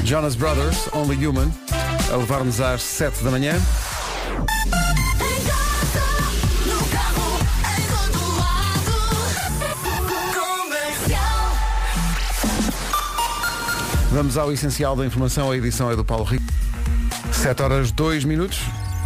Jonas Brothers, Only Human, a levar-nos às 7 da manhã. Vamos ao essencial da informação, a edição é do Paulo Rico. 7 horas 2 minutos.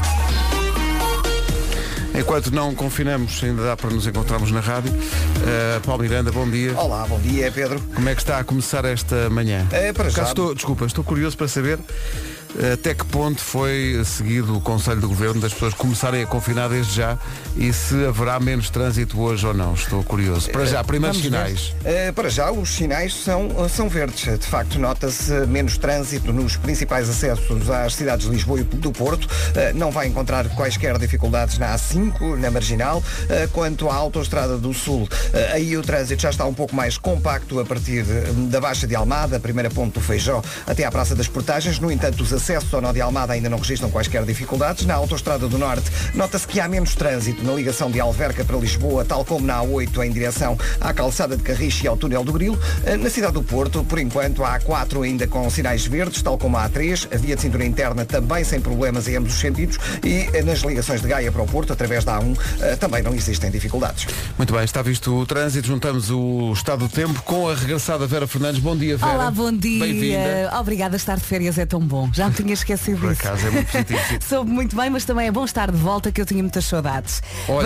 Enquanto não confinamos, ainda dá para nos encontrarmos na rádio. Paulo Miranda, bom dia. Olá, bom dia, Pedro. Como é que está a começar esta manhã? Para já. Estou curioso para saber até que ponto foi seguido o Conselho do Governo das pessoas começarem a confinar desde já e se haverá menos trânsito hoje ou não. Estou curioso. Para já, primeiros sinais. Para já, os sinais são verdes. De facto, nota-se menos trânsito nos principais acessos às cidades de Lisboa e do Porto. Não vai encontrar quaisquer dificuldades na A5, na Marginal. Quanto à Autoestrada do Sul, aí o trânsito já está um pouco mais compacto a partir da Baixa de Almada, a primeira ponte do Feijó, até à Praça das Portagens. No entanto, os acessos ao nó de Almada ainda não registram quaisquer dificuldades. Na Autoestrada do Norte, nota-se que há menos trânsito na ligação de Alverca para Lisboa, tal como na A8 em direção à Calçada de Carriche e ao Túnel do Grilo. Na cidade do Porto, por enquanto, a A4 ainda com sinais verdes, tal como a A3, a via de cintura interna também sem problemas em ambos os sentidos e nas ligações de Gaia para o Porto, através da A1, também não existem dificuldades. Muito bem, está visto o trânsito, juntamos o estado do tempo com a regressada Vera Fernandes. Bom dia, Vera. Olá, bom dia. Bem-vinda. Obrigada, estar de férias é tão bom. Já me tinha esquecido Por disso. acaso é muito positivo. Soube muito bem, mas também é bom estar de volta, que eu tinha muitas saudades. Olha,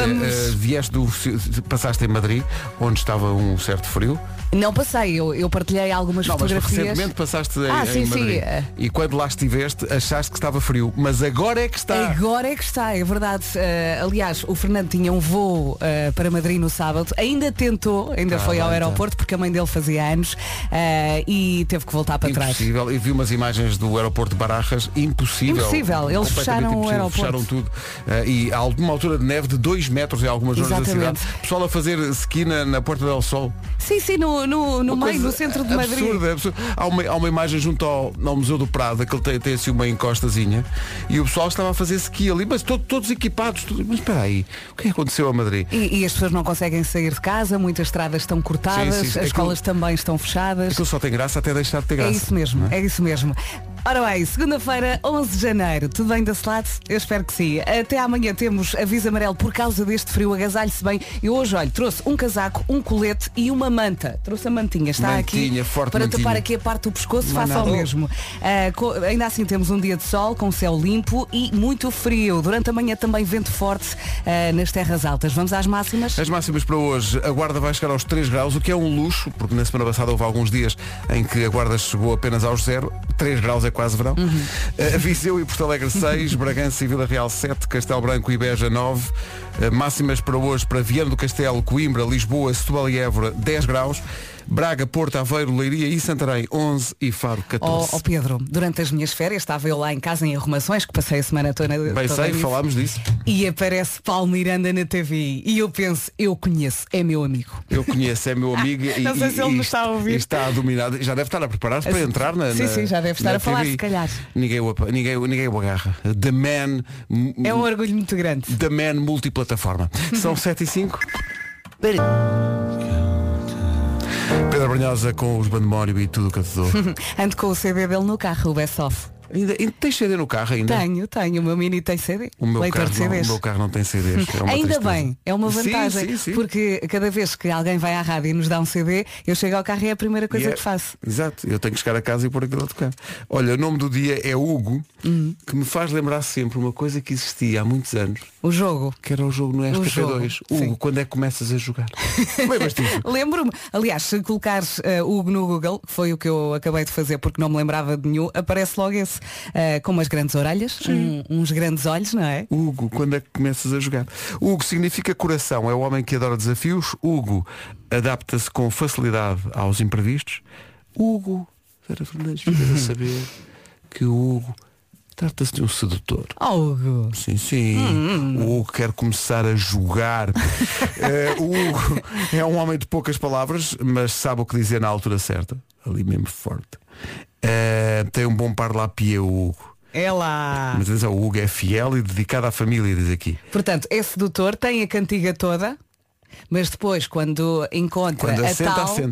passaste em Madrid, onde estava um certo frio. Não passei, eu partilhei algumas fotografias. Mas recentemente passaste em sim, Madrid. Sim. E quando lá estiveste, achaste que estava frio. Mas agora é que está. Agora é que está, é verdade. Aliás, o Fernando tinha um voo para Madrid no sábado. Ainda tentou, foi ao aeroporto, porque a mãe dele fazia anos e teve que voltar para trás. Impossível. E vi umas imagens do aeroporto de Barajas. Impossível. Eles fecharam o aeroporto. Fecharam tudo. E há alguma altura de neve de 2 metros em algumas zonas da cidade. Pessoal a fazer ski na Porta del Sol. Sim, no meio, no centro de Madrid. Absurdo. Há uma imagem junto ao Museu do Prado, que ele tem assim uma encostazinha, e o pessoal estava a fazer ski ali, mas todos equipados. Mas espera aí, o que aconteceu a Madrid? E as pessoas não conseguem sair de casa, muitas estradas estão cortadas, sim. as escolas também estão fechadas. Aquilo só tem graça até deixar de ter graça. É isso mesmo. Ora bem, segunda-feira, 11 de janeiro, tudo bem desse lado? Eu espero que sim. Até amanhã temos aviso amarelo por causa deste frio, agasalhe-se bem. Eu hoje, trouxe um casaco, um colete e uma manta. Trouxe a mantinha, está aqui para tapar aqui a parte do pescoço, faça o mesmo. Ainda assim temos um dia de sol, com céu limpo e muito frio. Durante a manhã também vento forte nas terras altas. Vamos às máximas? As máximas para hoje, a Guarda vai chegar aos 3 graus, o que é um luxo, porque na semana passada houve alguns dias em que a Guarda chegou apenas aos 0. 3 graus é quase verão. Viseu e Porto Alegre 6, Bragança e Vila Real 7, Castelo Branco e Beja 9. Máximas para hoje para Viana do Castelo, Coimbra, Lisboa, Setúbal e Évora 10 graus. Braga, Porto, Aveiro, Leiria e Santarém 11 e Faro 14. Pedro, durante as minhas férias estava eu lá em casa em arrumações, que passei a semana toda. Bem sei, falámos disso. E aparece Paulo Miranda na TV e eu penso, eu conheço, é meu amigo. Eu conheço, é meu amigo. Não sei se ele me está a ouvir. Está a dominar, já deve estar a preparar-se para entrar na Sim, já deve estar a falar, TV. se calhar. Ninguém o agarra. The Man. É um orgulho muito grande. The Man multiplataforma. São 7 e 5. Pedro Brunhosa com os Bandemónio e tudo o que eu te dou. Ando com o CD dele no carro, o Best Of. Ainda tens CD no carro ainda? Tenho. O meu Mini tem CD. O meu carro não tem CDs. Ainda bem, é uma vantagem. Sim. Porque cada vez que alguém vai à rádio e nos dá um CD, eu chego ao carro e é a primeira coisa que faço. Exato, eu tenho que chegar a casa e pôr aquilo a tocar. Olha, o nome do dia é Hugo, que me faz lembrar sempre uma coisa que existia há muitos anos. O jogo. Que era o jogo no RTP2. Hugo, sim. Quando é que começas a jogar? Lembro-me. Aliás, se colocares Hugo no Google, que foi o que eu acabei de fazer porque não me lembrava de nenhum, aparece logo esse. Com umas grandes orelhas, uns grandes olhos, não é? Hugo, quando é que começas a jogar? Hugo significa coração, é o homem que adora desafios. Hugo adapta-se com facilidade aos imprevistos. Hugo, Vera Fernandes, fica a saber que o Hugo trata-se de um sedutor. Hugo. Sim. O Hugo quer começar a jogar. O Hugo é um homem de poucas palavras, mas sabe o que dizer na altura certa. Ali mesmo forte. Tem um bom par lá pia, o Hugo. É lá. Mas atenção, o Hugo é fiel e dedicado à família, diz aqui. Portanto, é sedutor, tem a cantiga toda, mas depois quando encontra quando a assenta, tal... assenta.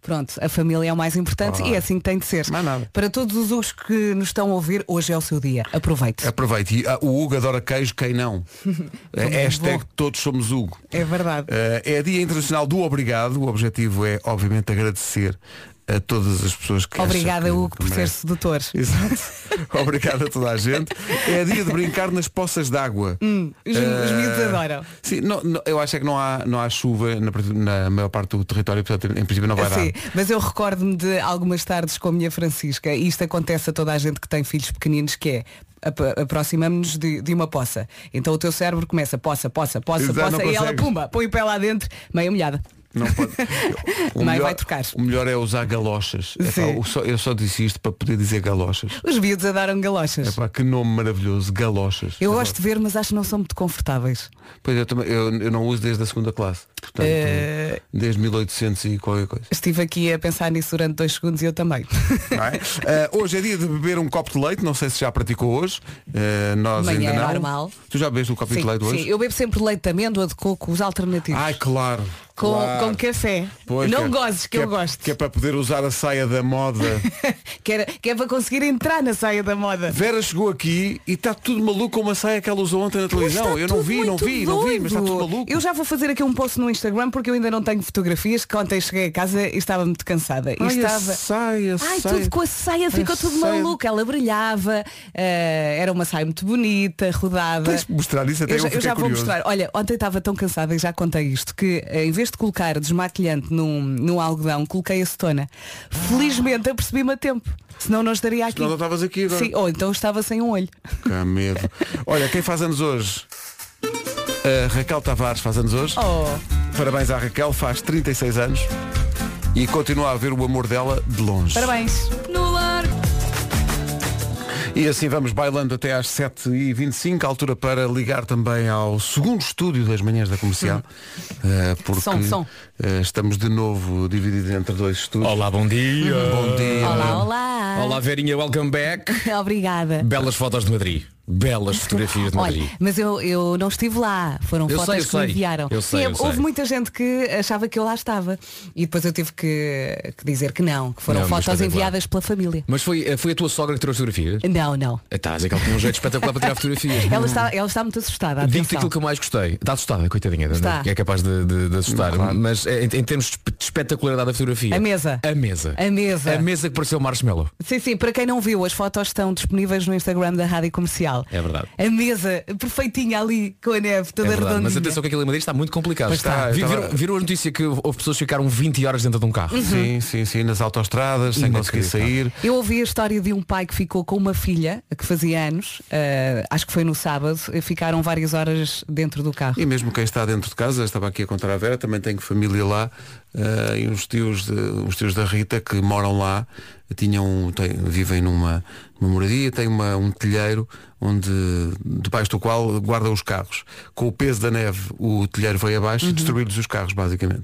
Pronto, a família é o mais importante e é assim que tem de ser. Mais nada. Para todos os Hugos que nos estão a ouvir, hoje é o seu dia. Aproveite. Aproveite. E o Hugo adora queijo, quem não? Hashtag todos somos Hugo. É verdade. É Dia Internacional do Obrigado. O objetivo é, obviamente, agradecer a todas as pessoas que Obrigada, Hugo, por ser merece. sedutor. Exato. Obrigado a toda a gente. É dia de brincar nas poças d'água. Os miúdos adoram. Sim, eu acho é que não há chuva na maior parte do território, portanto, em princípio não vai Sim, dar. mas eu recordo-me de algumas tardes com a minha Francisca, e isto acontece a toda a gente que tem filhos pequeninos, que é aproximamos-nos de uma poça. Então o teu cérebro começa poça, Exato, e ela pumba, põe o pé lá dentro, meio molhada. Não pode. Mãe vai trocar. O melhor é usar galochas. Eu só disse isto para poder dizer galochas. Os miúdos adoram galochas. Que nome maravilhoso, galochas. Eu gosto de ver, mas acho que não são muito confortáveis. Pois eu não uso desde a segunda classe. Portanto, desde 1800 e qualquer coisa. Estive aqui a pensar nisso durante 2 segundos e eu também. Não é? Hoje é dia de beber um copo de leite. Não sei se já praticou hoje. Nós Manhã ainda não. é normal. Tu já bebeste um copo de leite hoje? Sim, eu bebo sempre leite de amêndoa, de coco, os alternativos. Ai, claro. Com café. Pois, não gozes, que eu gosto. Que é para poder usar a saia da moda. que é para conseguir entrar na saia da moda. Vera chegou aqui e está tudo maluco com uma saia que ela usou ontem na televisão. Eu não vi, mas está tudo maluco. Eu já vou fazer aqui um post no Instagram porque eu ainda não tenho fotografias, que ontem cheguei a casa e estava muito cansada. E estava... saia. Tudo com a saia, ficou tudo maluco. Ela brilhava, era uma saia muito bonita, rodada. Tens de mostrar isso, até eu já vou mostrar. Olha, ontem estava tão cansada e já contei isto, que em vez de colocar desmaquilhante num algodão, coloquei acetona. Felizmente apercebi-me a tempo. Senão não estaria aqui. Senão não estavas aqui agora. Sim, ou então estava sem um olho. Que medo. Olha, quem faz anos hoje? A Raquel Tavares faz anos hoje. Parabéns à Raquel, faz 36 anos e continua a ver o amor dela de longe. Parabéns. No ar. E assim vamos bailando até às 7h25, altura para ligar também ao segundo estúdio das manhãs da Comercial. Porque Som. Estamos de novo divididos entre 2 estúdios. Olá, bom dia. Bom dia. Olá. Olá, Verinha, welcome back. Obrigada. Belas fotos de Madrid. Belas fotografias de Madrid. Olha, mas eu não estive lá. Foram fotos que me enviaram. Eu sei. Houve muita gente que achava que eu lá estava. E depois eu tive que dizer que não. Que foram fotos enviadas pela família. Mas foi a tua sogra que tirou as fotografias? Não. Estás, é que ela tinha um jeito espetacular para tirar fotografias. Ela está muito assustada. Digo-te aquilo que eu mais gostei. Está assustada, coitadinha. Está. É capaz de assustar. Claro. Mas em termos de espetacularidade da fotografia. A mesa. A mesa que pareceu marshmallow. Sim, para quem não viu, as fotos estão disponíveis no Instagram da Rádio Comercial. É verdade. A mesa perfeitinha ali, com a neve toda redondinha. Mas atenção que aquilo em Madrid está muito complicado. Mas está. Viram a notícia que houve pessoas que ficaram 20 horas dentro de um carro? Sim, nas autoestradas, sem conseguir sair. Eu ouvi a história de um pai que ficou com uma filha que fazia anos, acho que foi no sábado, ficaram várias horas dentro do carro. E mesmo quem está dentro de casa, estava aqui a contar à Vera, também tenho família lá, e uns tios da Rita que moram lá, vivem numa moradia, tem um telheiro debaixo do qual guardam os carros. Com o peso da neve, o telheiro veio abaixo e destruiu-lhes os carros, basicamente.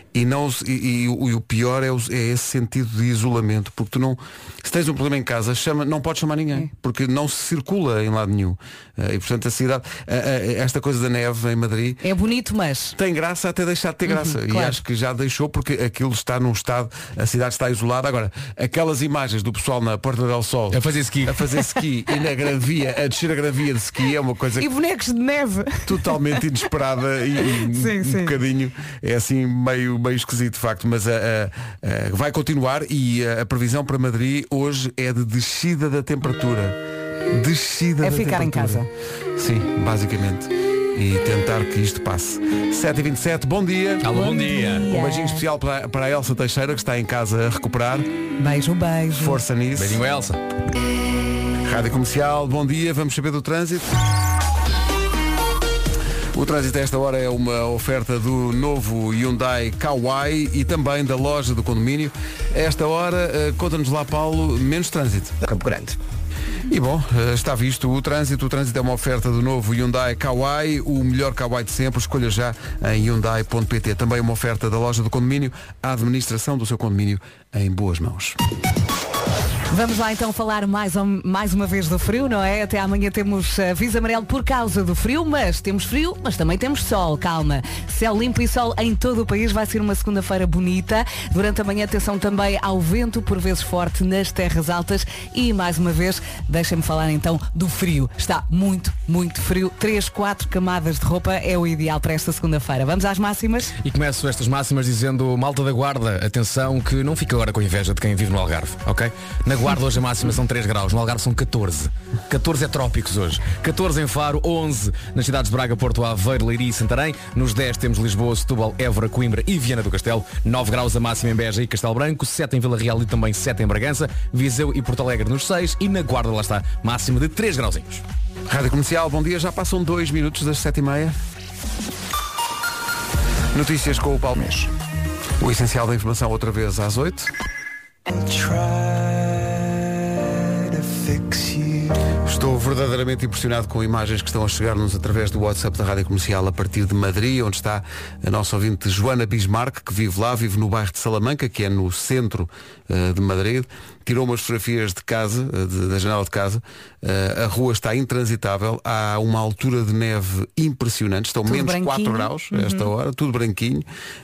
E o pior é esse sentido de isolamento, porque tu não, se tens um problema em casa, não podes chamar ninguém, porque não se circula em lado nenhum. E portanto a cidade, esta coisa da neve em Madrid é bonito, mas tem graça até deixar de ter graça. claro. E acho que já deixou, porque aquilo está num estado, a cidade está isolada. Agora, aquelas imagens do pessoal na Porta del Sol A fazer ski e na gravia, a descer a gravia de ski, é uma coisa e bonecos de neve totalmente inesperada e sim. um bocadinho, é assim meio esquisito de facto, mas vai continuar. E a previsão para Madrid hoje é de descida da temperatura. É ficar em casa. Sim, basicamente. E tentar que isto passe. 7h27, bom dia. Alô, bom dia. Um beijinho especial para a Elsa Teixeira, que está em casa a recuperar. Beijo. Força nisso. Beijinho, Elsa. Rádio Comercial, bom dia, vamos saber do trânsito. O trânsito a esta hora é uma oferta do novo Hyundai Kauai e também da loja do condomínio. A esta hora, conta-nos lá, Paulo, menos trânsito. Campo Grande. E bom, está visto o trânsito. O trânsito é uma oferta do novo Hyundai Kauai, o melhor Kauai de sempre. Escolha já em hyundai.pt. Também uma oferta da loja do condomínio, a administração do seu condomínio em boas mãos. Vamos lá então falar mais uma vez do frio, não é? Até amanhã temos aviso amarelo por causa do frio, mas temos frio, mas também temos sol, calma. Céu limpo e sol em todo o país, vai ser uma segunda-feira bonita. Durante a manhã atenção também ao vento, por vezes forte nas terras altas. E mais uma vez, deixem-me falar então do frio. Está muito, muito frio. 3, 4 camadas de roupa é o ideal para esta segunda-feira. Vamos às máximas? E começo estas máximas dizendo, malta da Guarda, atenção que não fica agora com inveja de quem vive no Algarve, ok? Na Guarda hoje a máxima são 3 graus, no Algarve são 14. 14 é trópicos hoje. 14 em Faro, 11 nas cidades de Braga, Porto Aveiro, Leiria e Santarém. Nos 10 temos Lisboa, Setúbal, Évora, Coimbra e Viana do Castelo. 9 graus a máxima em Beja e Castelo Branco, 7 em Vila Real e também 7 em Bragança, Viseu e Porto Alegre nos 6 e na Guarda lá está, máxima de 3 grauzinhos. Rádio Comercial, bom dia, já passam 2 minutos das 7h30. Notícias com o Palmeiras. O essencial da informação outra vez às 8. Estou verdadeiramente impressionado com imagens que estão a chegar-nos através do WhatsApp da Rádio Comercial a partir de Madrid, onde está a nossa ouvinte Joana Bismarck, que vive lá, vive no bairro de Salamanca, que é no centro de Madrid. Tirou umas fotografias de casa, da janela de casa. A rua está intransitável, há uma altura de neve impressionante, estão menos 4 graus a esta hora, tudo branquinho.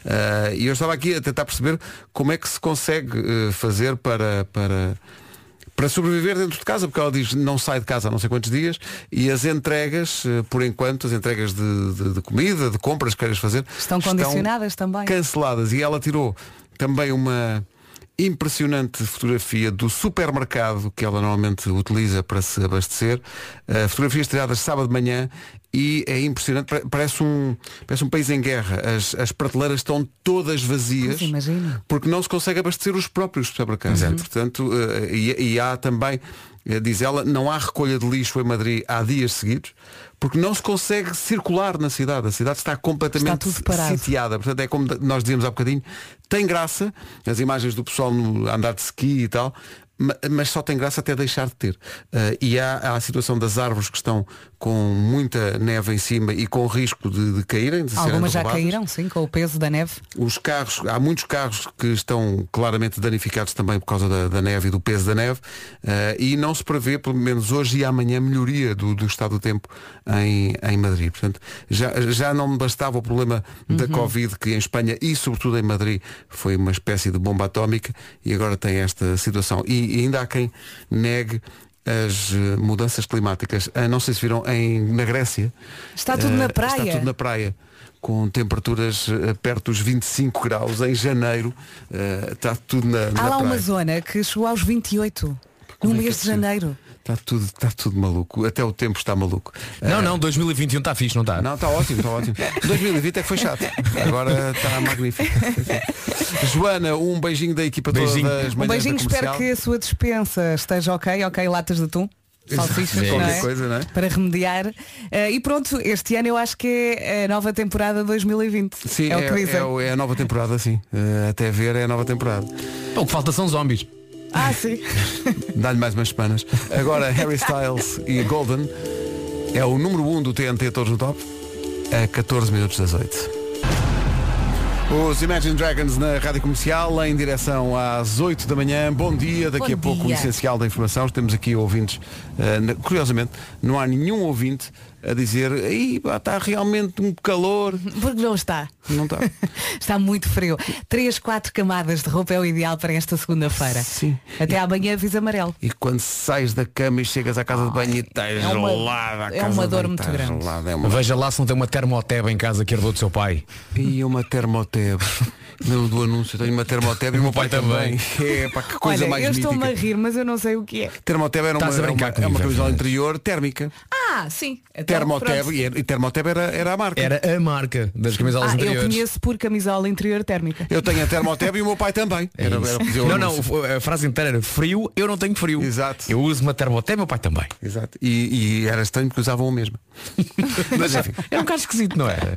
E eu estava aqui a tentar perceber como é que se consegue fazer para sobreviver dentro de casa, porque ela diz não sai de casa há não sei quantos dias, e as entregas, por enquanto, as entregas de comida, de compras que queiras fazer, estão condicionadas também. Canceladas. E ela tirou também uma impressionante fotografia do supermercado que ela normalmente utiliza para se abastecer. Fotografias tiradas sábado de manhã. E é impressionante, parece um país em guerra. As prateleiras estão todas vazias porque não se consegue abastecer os próprios supermercados. Portanto, e há também, diz ela, não há recolha de lixo em Madrid há dias seguidos porque não se consegue circular na cidade. A cidade está completamente sitiada. Portanto, é como nós dizíamos há bocadinho, tem graça as imagens do pessoal no andar de ski e tal, mas só tem graça até deixar de ter. E há a situação das árvores que estão com muita neve em cima e com risco de caírem. Algumas já caíram, sim, com o peso da neve. Os carros, há muitos carros que estão claramente danificados também por causa da neve e do peso da neve. E não se prevê, pelo menos hoje e amanhã, melhoria do estado do tempo em Madrid. Portanto, já não me bastava o problema da Covid, que em Espanha e sobretudo em Madrid foi uma espécie de bomba atómica, e agora tem esta situação. E ainda há quem negue as mudanças climáticas. Não sei se viram na Grécia. Está tudo na praia. Está tudo na praia, com temperaturas perto dos 25 graus em janeiro. Está tudo na praia. Há lá uma zona que chegou aos 28 no mês de janeiro. Está tudo maluco. Até o tempo está maluco. Não, 2021 está fixe, não está? Não, está ótimo. 2020 é que foi chato. Agora está magnífico. Joana, um beijinho da equipa toda das manhãs um beijinho, da Comercial. espero que a sua despensa esteja ok, latas de atum. Salsichas, qualquer coisa, não é? Para remediar. E pronto, este ano eu acho que é a nova temporada 2020. Sim, é o que dizem. É a nova temporada, sim. Até ver é a nova temporada. O que falta são zombies. Sim. Dá-lhe mais umas semanas. Agora Harry Styles e Golden é o número 1 do TNT Todos no Top, a 14 minutos das 8. Os Imagine Dragons na Rádio Comercial, em direção às 8 da manhã. Bom dia, daqui a pouco o essencial da informação. Temos aqui ouvintes, curiosamente, não há nenhum ouvinte a dizer está realmente um calor. Porque não está. Não está. Está muito frio. 3, 4 camadas de roupa é o ideal para esta segunda-feira. Sim. Até amanhã aviso amarelo. E quando sais da cama e chegas à casa de banho e estás gelada. É uma dor muito grande. Veja lá se não tem uma termoteba em casa que herdou do seu pai. E uma termoteba. Lembro do anúncio, tenho uma termoteba e o meu pai também. Que coisa mais mítica. Eu estou-me a rir, mas eu não sei o que é. Termoteba era uma camisola interior térmica. Sim. Termoteba, e Termoteba era a marca. Era a marca das camisolas interiores. Eu conheço por camisola interior térmica. Eu tenho a Termoteba e o meu pai também. A frase inteira era frio, eu não tenho frio. Exato. Eu uso uma Termoteba e o meu pai também. Exato. E era estranho porque usavam a mesma. Mas enfim, era um bocado esquisito, não era?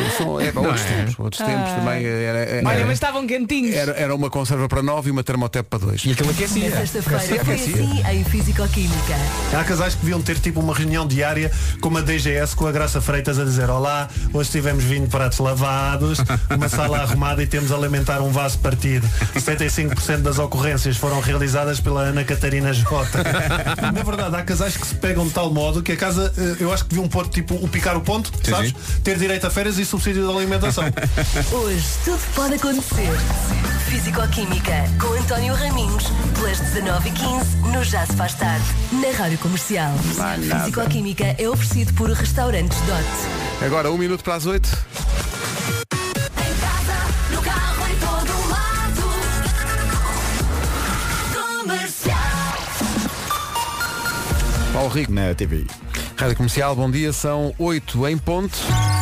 Outros tempos também Olha, mas estavam quentinhos. Era uma conserva para 9 e uma Termoteba para 2. E aquilo aquecia. Na sexta-feira foi assim em Físico-Química. Há casais que deviam ter tipo uma reunião diária diária, como a DGS com a Graça Freitas a dizer: olá, hoje tivemos 20 pratos lavados, uma sala arrumada e temos a lamentar um vaso partido. 75% das ocorrências foram realizadas pela Ana Catarina Jota. Na verdade, há casais que se pegam de tal modo que a casa, eu acho que deviam pôr tipo o picar o ponto, sabes? Ter direito a férias e subsídio de alimentação. Hoje tudo pode acontecer. Físico-Química com António Raminhos, pelas 19h15 no Já se faz tarde, na Rádio Comercial. Físico-Química é oferecido por Restaurantes Dot. Agora 1 minuto para as 8. Em casa, no carro, em todo lado. Comercial. Paulo Rico na TV. Rádio Comercial, bom dia, são 8 em ponto.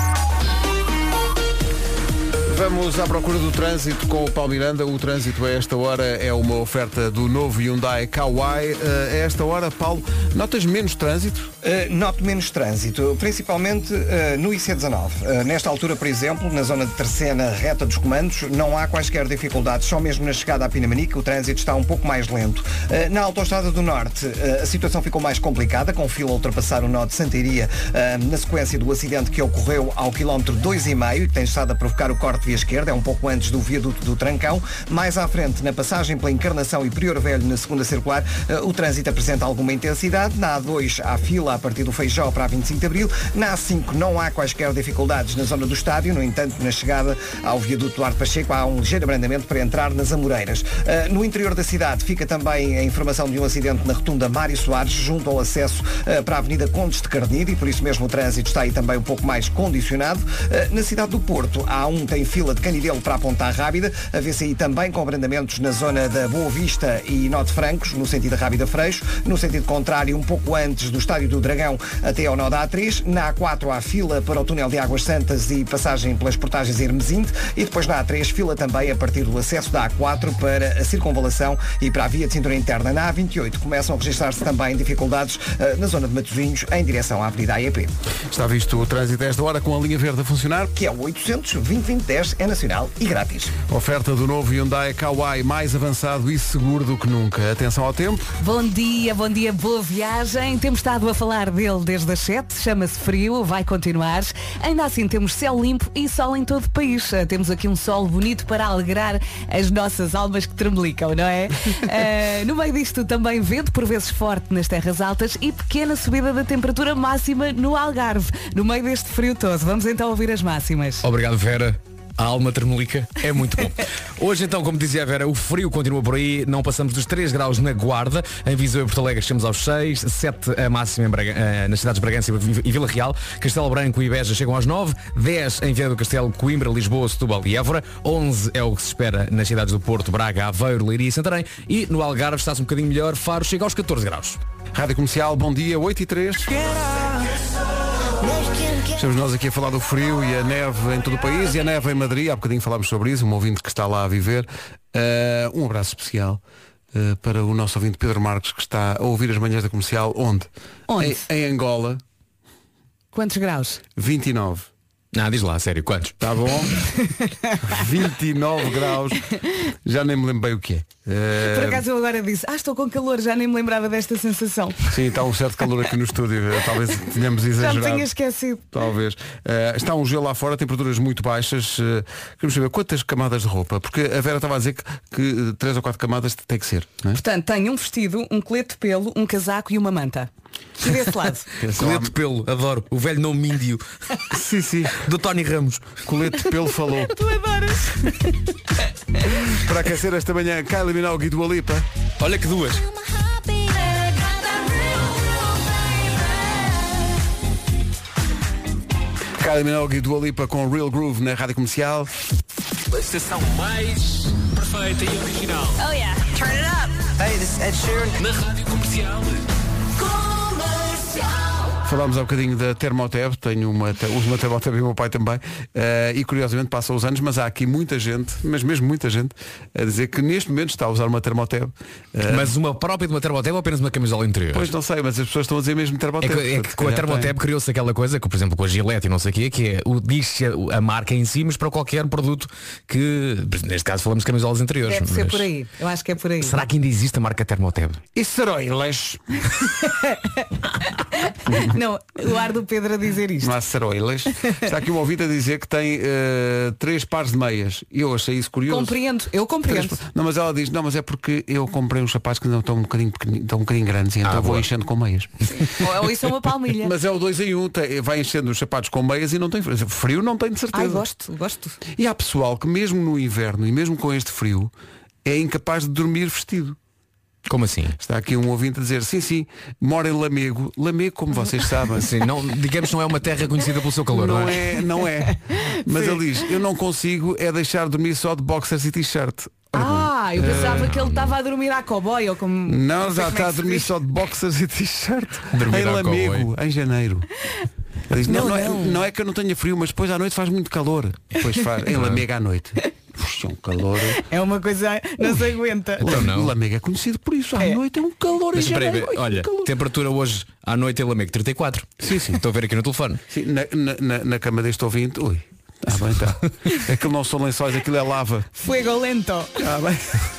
Vamos à procura do trânsito com o Paulo Miranda. O trânsito a esta hora é uma oferta do novo Hyundai Kauai. A esta hora, Paulo, notas menos trânsito? Noto menos trânsito, principalmente no IC19. Nesta altura, por exemplo, na zona de Terceira, reta dos comandos, não há quaisquer dificuldades, só mesmo na chegada à Pinamanique o trânsito está um pouco mais lento. Na Autoestrada do Norte, a situação ficou mais complicada, com fila a ultrapassar o nó de Santa Iria, na sequência do acidente que ocorreu ao quilómetro 2,5 e que tem estado a provocar o corte via esquerda, é um pouco antes do viaduto do Trancão. Mais à frente, na passagem pela Encarnação e Prior Velho, na segunda circular, o trânsito apresenta alguma intensidade. Na A2 há fila a partir do Feijó para a 25 de Abril. Na A5 não há quaisquer dificuldades na zona do estádio, no entanto, na chegada ao viaduto Duarte Pacheco há um ligeiro abrandamento para entrar nas Amoreiras. No interior da cidade fica também a informação de um acidente na rotunda Mário Soares, junto ao acesso para a Avenida Condes de Carneiro, e por isso mesmo o trânsito está aí também um pouco mais condicionado. Na cidade do Porto, a A1 tem fila de Canidelo para a Ponta Rábida, a VCI também com abrandamentos na zona da Boa Vista e Nó de Francos, no sentido da Rábida Freixo. No sentido contrário, um pouco antes do Estádio do Dragão até ao nó da A3. Na A4 há fila para o túnel de Águas Santas e passagem pelas portagens Hermesinde, e depois na A3 fila também a partir do acesso da A4 para a circunvalação e para a via de cintura interna. Na A28 começam a registrar-se também dificuldades na zona de Matosinhos em direção à Avenida AEP. Está visto o trânsito a esta hora com a linha verde a funcionar, que é o 800 2010, é nacional e grátis. Oferta do novo Hyundai Kauai, mais avançado e seguro do que nunca. Atenção ao tempo. Bom dia, boa viagem. Temos estado a falar dele desde as 7, chama-se frio, vai continuar. Ainda assim temos céu limpo e sol em todo o país. Temos aqui um sol bonito para alegrar as nossas almas que tremelicam, não é? No meio disto também vento, por vezes forte nas terras altas, e pequena subida da temperatura máxima no Algarve, no meio deste frio todo. Vamos então ouvir as máximas. Obrigado, Vera. A alma tremelica é muito bom. Hoje então, como dizia a Vera, o frio continua por aí. Não passamos dos 3 graus na Guarda. Em Viseu e Porto Alegre chegamos aos 6. 7 a máxima nas cidades de Bragança e Vila Real. Castelo Branco e Beja chegam aos 9. 10 em Viana do Castelo, Coimbra, Lisboa, Setúbal e Évora. 11 é o que se espera nas cidades do Porto, Braga, Aveiro, Leiria e Santarém. E no Algarve está-se um bocadinho melhor. Faro chega aos 14 graus. Rádio Comercial, bom dia, 8h03. Estamos nós aqui a falar do frio e a neve em todo o país, e a neve em Madrid. Há bocadinho falámos sobre isso, um ouvinte que está lá a viver. Um abraço especial para o nosso ouvinte Pedro Marques, que está a ouvir as manhãs da Comercial. Onde? Em Angola. Quantos graus? 29. Diz lá, sério, quantos? Tá bom. 29 graus. Já nem me lembro bem o que é. Por acaso eu agora disse, estou com calor, já nem me lembrava desta sensação. Sim, está um certo calor aqui no estúdio. Talvez tenhamos exagerado. Já me tinha esquecido. Talvez. Está um gelo lá fora, temperaturas muito baixas. Queremos saber quantas camadas de roupa, porque a Vera estava a dizer que 3 ou 4 camadas tem que ser, não é? Portanto, tenho um vestido, um colete de pelo, um casaco e uma manta. E desse lado. Colete de pelo, adoro. O velho nome índio. Sim. Do Tony Ramos. Colete de pelo falou. Tu adoras. Para aquecer esta manhã, Kylie Minogue e Dua Lipa. Olha que duas. Kylie Minogue e Dua Lipa com Real Groove na Rádio Comercial. A estação mais perfeita e original. Oh yeah, turn it up. Hey, this is Ed Sheeran. Na Rádio Comercial. Falámos há bocadinho da Thermoteb, uso uma Thermoteb e o meu pai também, e curiosamente passam os anos, mas há aqui muita gente, mas mesmo muita gente, a dizer que neste momento está a usar uma Thermoteb. Mas uma própria de uma Thermoteb ou apenas uma camisola interior? Pois não sei, mas as pessoas estão a dizer mesmo Thermoteb. É que com a Thermoteb criou-se aquela coisa, que, por exemplo, com a Gillette e não sei o quê, que é diz-se a marca em si, mas para qualquer produto que, neste caso falamos de camisolas interiores. Deve ser por aí, eu acho que é por aí. Será que ainda existe a marca Thermoteb? E Ceroilas? Não, o ar do Pedro a dizer isto. Não há ceroilas. Está aqui um ouvinte a dizer que tem 3 pares de meias. Eu achei isso curioso. Compreendo, eu compreendo. Não, mas ela diz, não, mas é porque eu comprei uns sapatos que não estão um bocadinho grandes e então vou enchendo com meias. Ou isso é uma palmilha. Mas é o 2 em 1, vai enchendo os sapatos com meias e não tem frio. Frio não tem de certeza. Ai, gosto. E há pessoal que mesmo no inverno e mesmo com este frio é incapaz de dormir vestido. Como assim? Está aqui um ouvinte a dizer, sim, mora em Lamego. Lamego, como vocês sabem. Sim, não, digamos que não é uma terra conhecida pelo seu calor, não é? Não é. Mas ele diz, eu não consigo dormir dormir só de boxers e t-shirt. Eu pensava que ele estava a dormir à cowboy ou como. Não, já está a dormir só de boxers e t-shirt. Dormir Em ao Lamego, cowboy. em janeiro. Ele diz, não é que eu não tenha frio, mas depois à noite faz muito calor. Depois faz, em Lamego à noite. Puxa, um calor. É uma coisa, não se aguenta. Então não. Lamego é conhecido por isso. À noite é um calor. Mas em espera aí, janeiro. olha, temperatura hoje à noite em Lamego 34. Sim. Estou a ver aqui no telefone. Sim, na cama deste ouvinte. Ui. Bem, tá. Aquilo não são lençóis, aquilo é lava. Fuego lento. Bem.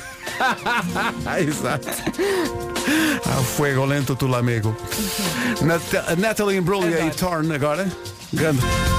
Exato. Fuego lento tu Lamego. Natalie Imbruglia e Torn agora. Grande.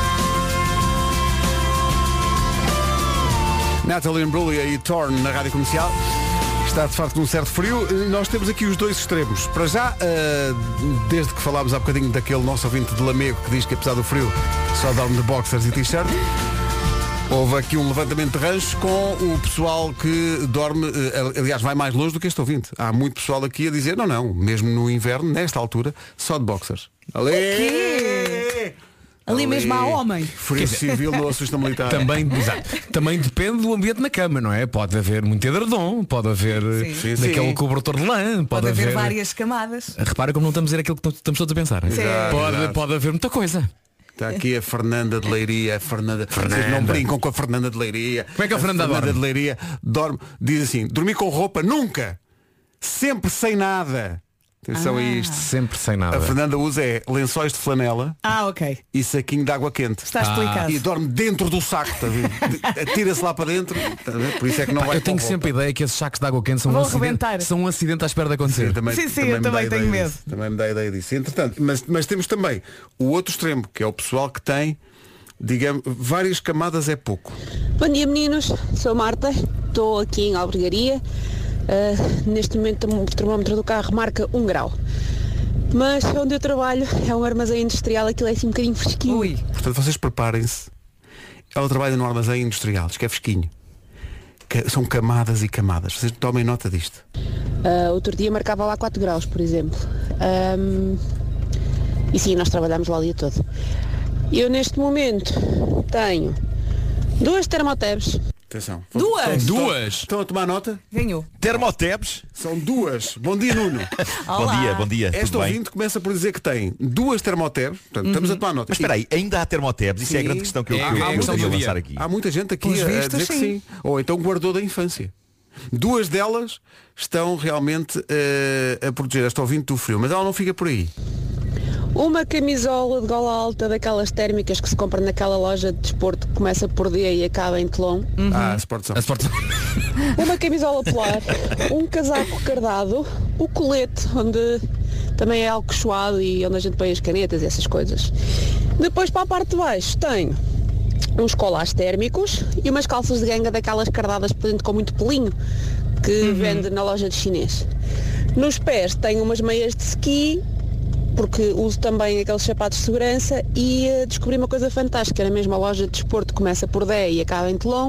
Natalie Imbruglia e Torn na Rádio Comercial. Está de facto um certo frio. Nós temos aqui os dois extremos. Para já, desde que falámos há bocadinho daquele nosso ouvinte de Lamego que diz que apesar do frio só dorme de boxers e t-shirt, houve aqui um levantamento de ranchos com o pessoal que dorme, aliás vai mais longe do que este ouvinte. Há muito pessoal aqui a dizer, não, mesmo no inverno, nesta altura, só de boxers. Ali mesmo há homem. Frio civil não assusta militar. Também depende do ambiente na cama, não é? Pode haver muito edredom, pode haver daquele cobertor de lã, pode haver várias camadas. Repara como não estamos a dizer aquilo que estamos todos a pensar. Pode haver muita coisa. Está aqui a Fernanda de Leiria. Vocês não brincam com a Fernanda de Leiria. Como é que a Fernanda dorme? de Leiria dorme, diz assim, dormir com roupa nunca. Sempre sem nada. Atenção a isto. Sempre sem nada. A Fernanda usa lençóis de flanela Ok. e saquinho de água quente. Está explicado. E dorme dentro do saco. Atira-se lá para dentro. Por isso é que não vai. Eu tenho sempre a ideia que esses sacos de água quente são um acidente à espera de acontecer. Eu também tenho medo. Também me dá a ideia disso. Entretanto, mas temos também o outro extremo, que é o pessoal que tem, digamos, várias camadas é pouco. Bom dia meninos, sou Marta, estou aqui em Albergaria. Neste momento o termómetro do carro marca 1 grau. Mas onde eu trabalho é um armazém industrial, aquilo é assim um bocadinho fresquinho. Portanto, vocês preparem-se. Ela trabalha num armazém industrial, diz que é fresquinho. São camadas e camadas. Vocês tomem nota disto. Outro dia marcava lá 4 graus, por exemplo. E sim, nós trabalhamos lá o dia todo. Eu neste momento tenho 2 termotabs. Atenção. Duas? Estão a tomar nota? Ganhou. Termotabs? São 2. Bom dia, Nuno. Bom dia. Este Tudo bem? ouvinte começa por dizer que tem 2 termotabs. Portanto, estamos a tomar nota. Mas espera aí, ainda há termotabs? Isso é a grande questão que eu gostaria de lançar aqui. Há muita gente aqui Pelos a vistos, dizer que sim. Ou então guardou da infância. 2 delas estão realmente a proteger este ouvinte do frio. Mas ela não fica por aí. Uma camisola de gola alta daquelas térmicas que se compra naquela loja de desporto que começa por D e acaba em Telon. Sportzão. Uma camisola polar, um casaco cardado, o colete, onde também é alcochoado e onde a gente põe as canetas e essas coisas. Depois para a parte de baixo tenho uns colares térmicos e umas calças de ganga daquelas cardadas por dentro com muito pelinho que vende na loja de chinês. Nos pés tenho umas meias de ski, porque uso também aqueles sapatos de segurança e descobri uma coisa fantástica, na mesma loja de desporto começa por D e acaba em Telon,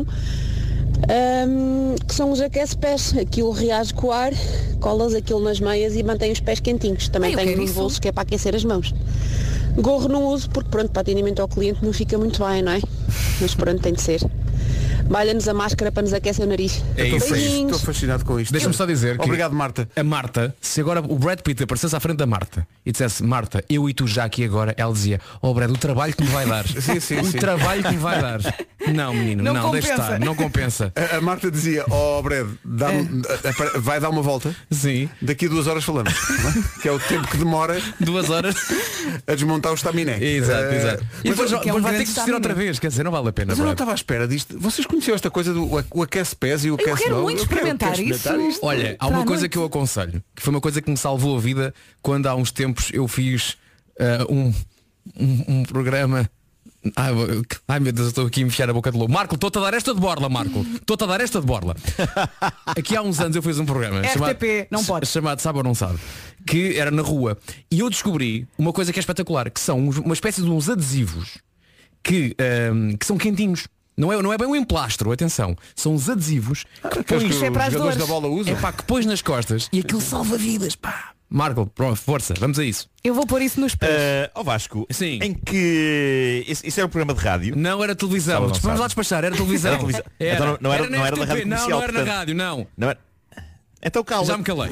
que são os aquece-pés. Aquilo reage com o ar, colas aquilo nas meias e mantém os pés quentinhos. Também tenho uns bolsos que é para aquecer as mãos. Gorro não uso porque pronto, para atendimento ao cliente não fica muito bem, não é? Mas pronto, tem de ser. Malha-nos a máscara para nos aquecer o nariz. Estou fascinado com isto. Deixa-me só dizer que obrigado, Marta. A Marta, se agora o Brad Pitt aparecesse à frente da Marta e dissesse, Marta, eu e tu já aqui agora, ela dizia, Brad, o trabalho que me vai dar. sim. Trabalho que me vai dar. Não, menino, não deixa estar, não compensa. A Marta dizia, Brad, vai dar uma volta. Sim. Daqui a 2 horas falamos. Que é o tempo que demora 2 horas a desmontar o estaminé. Exato. E depois vai ter que grande desistir outra vez, quer dizer, não vale a pena. Mas eu não estava à espera disto. Vocês conheciam esta coisa do o aquece-pés e o aquece-mão? Eu quero muito experimentar isso. Olha, há uma coisa que eu aconselho, que foi uma coisa que me salvou a vida quando há uns tempos eu fiz um programa. Ai meu Deus, estou aqui a enfiar a boca de lobo. Marco, estou-te a dar esta de borla, Marco. Estou-te a dar esta de borla. Aqui há uns anos eu fiz um programa RTP, não pode. chamado Sabe ou Não Sabe, que era na rua. E eu descobri uma coisa que é espetacular, que são uma espécie de uns adesivos que são quentinhos. Não é bem um emplastro, atenção. São uns adesivos que pões, é para as jogadores dores. da bola usam. que pões nas costas e aquilo salva vidas, pá. Marco, pronto, força, vamos a isso. Eu vou pôr isso nos pés. Ó Vasco, Sim. em que isso era um programa de rádio? Não era televisão. Sabe, não Vamos lá sabe. despachar, era televisão. Era televisão. Era. Então não era na da rádio RTP, comercial, não era portanto. na rádio, não. Não era... Então cala. Já me calei.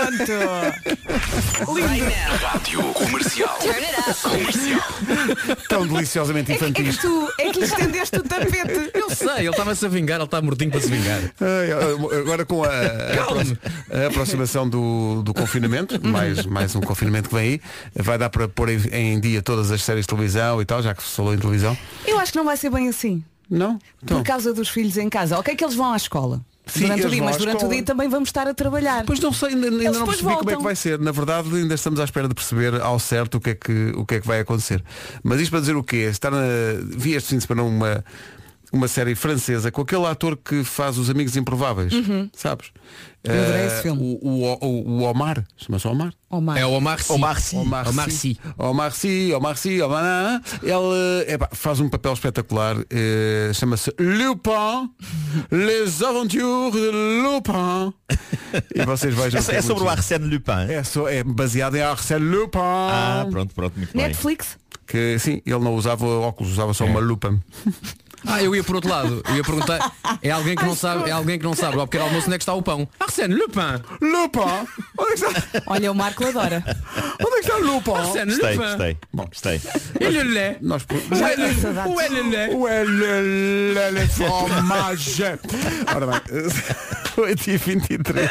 Rádio Comercial. Tão deliciosamente infantis. É que lhe estendeste o tapete. Eu sei, ele estava-se a vingar, ele está mortinho para se vingar. Agora com a aproximação do confinamento, mais um confinamento que vem aí, vai dar para pôr em dia todas as séries de televisão e tal, já que se falou em televisão. Eu acho que não vai ser bem assim. Não? Então, Por causa dos filhos em casa. Ok que eles vão à escola. Sim, Durante o eles dia, vão mas à durante escola. o dia também vamos estar a trabalhar. Pois não sei, ainda não depois percebi como é que voltam. vai ser. Na verdade, ainda estamos à espera de perceber ao certo o que é que vai acontecer. Mas isto para dizer o quê? Vi este fim de semana uma série francesa com aquele ator que faz Os Amigos Improváveis, sabes? Eu adorei esse filme. O Omar, chama-se Omar? Omar. É o Omar Sy. Omar Sy. Ele faz um papel espetacular, chama-se Lupin, Les Aventures de Lupin. E vocês vejam. É sobre o Arsène Lupin. É baseado em Arsène Lupin. Pronto, muito bem. Netflix? Que sim, ele não usava óculos, usava só uma lupa. Eu ia por outro lado. Eu ia perguntar, é alguém que não sabe, ao pequeno almoço onde é que está o pão? Arsène Lupin. Lupin? Onde é que está? Olha, o Marco adora. Onde é que está o Lupin? Arsène Gostei. Bom, Gostei. ele lê. Nós O fromage. Ora bem, 8h23.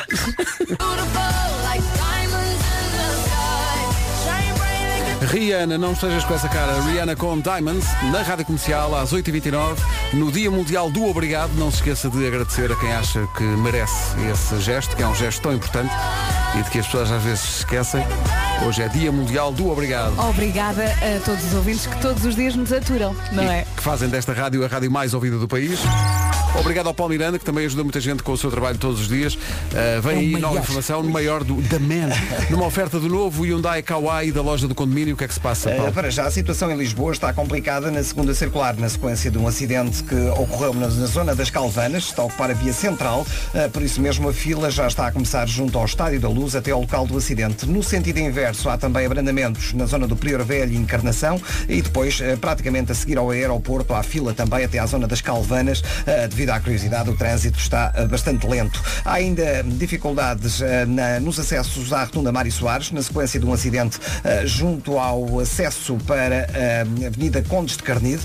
Rihanna, não estejas com essa cara. Rihanna com Diamonds, na Rádio Comercial, às 8h29, no Dia Mundial do Obrigado. Não se esqueça de agradecer a quem acha que merece esse gesto, que é um gesto tão importante e de que as pessoas às vezes se esquecem. Hoje é Dia Mundial do Obrigado. Obrigada a todos os ouvintes que todos os dias nos aturam, não é? Que fazem desta rádio a rádio mais ouvida do país. Obrigado ao Paulo Miranda, que também ajuda muita gente com o seu trabalho todos os dias. Vem aí nova informação no maior do The Man, numa oferta do novo Hyundai Kauai da loja do condomínio. O que é que se passa, Paulo? Para já, a situação em Lisboa está complicada na segunda circular, na sequência de um acidente que ocorreu na zona das Calvanas, está a ocupar a via central, por isso mesmo a fila já está a começar junto ao Estádio da Luz até ao local do acidente. No sentido inverso, há também abrandamentos na zona do Prior Velho e Encarnação e depois, praticamente a seguir ao aeroporto, há fila também até à zona das Calvanas. Devido à curiosidade, o trânsito está bastante lento. Há ainda dificuldades nos acessos à Rotunda Mário Soares, na sequência de um acidente junto ao acesso para a Avenida Condes de Carnide.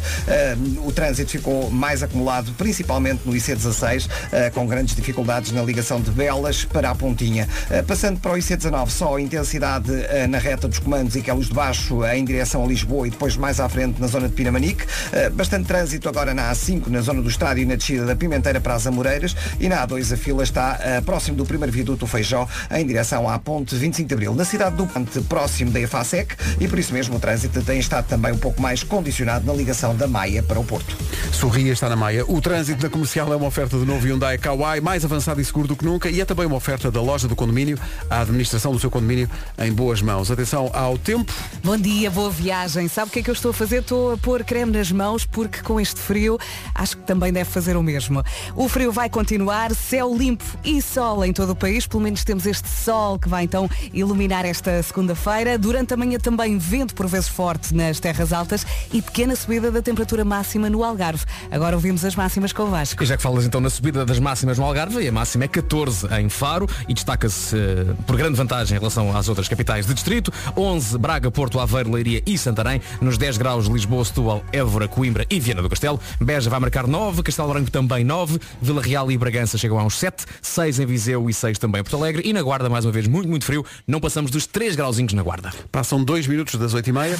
O trânsito ficou mais acumulado, principalmente no IC16, com grandes dificuldades na ligação de Belas para a Pontinha. Passando para o IC19, só intensidade na reta dos comandos e que é Luz de Baixo em direção a Lisboa e depois mais à frente na zona de Pinamanique. Bastante trânsito agora na A5, na zona do Estádio e na descida da Pimenteira para as Amoreiras, e na A2 a fila está próximo do primeiro viaduto Feijó em direção à ponte 25 de Abril. Na cidade do Ponte, próximo da EFASEC, e por isso mesmo o trânsito tem estado também um pouco mais condicionado na ligação da Maia para o Porto. Sorria está na Maia. O trânsito na Comercial é uma oferta do novo Hyundai Kauai, mais avançado e seguro do que nunca, e é também uma oferta da loja do condomínio, a administração do seu condomínio em boas mãos. Atenção ao tempo. Bom dia, boa viagem. Sabe o que é que eu estou a fazer? Estou a pôr creme nas mãos porque com este frio acho que também deve fazer o mesmo. O frio vai continuar, céu limpo e sol em todo o país. Pelo menos temos este sol que vai então iluminar esta segunda-feira. Durante a manhã também vento por vezes forte nas terras altas e pequena subida da temperatura máxima no Algarve. Agora ouvimos as máximas com o Vasco. E já que falas então na subida das máximas no Algarve, a máxima é 14 em Faro e destaca-se por grande vantagem em relação às outras capitais de distrito. 11 Braga, Porto, Aveiro, Leiria e Santarém. Nos 10 graus Lisboa, Setúbal, Évora, Coimbra e Viana do Castelo. Beja vai marcar 9, Castelo Branco também 9, Vila Real e Bragança chegam a uns 7, 6 em Viseu e 6 também em Porto Alegre, e na Guarda mais uma vez muito, muito frio, não passamos dos 3 grauzinhos na Guarda. Passam 2 minutos das 8h30.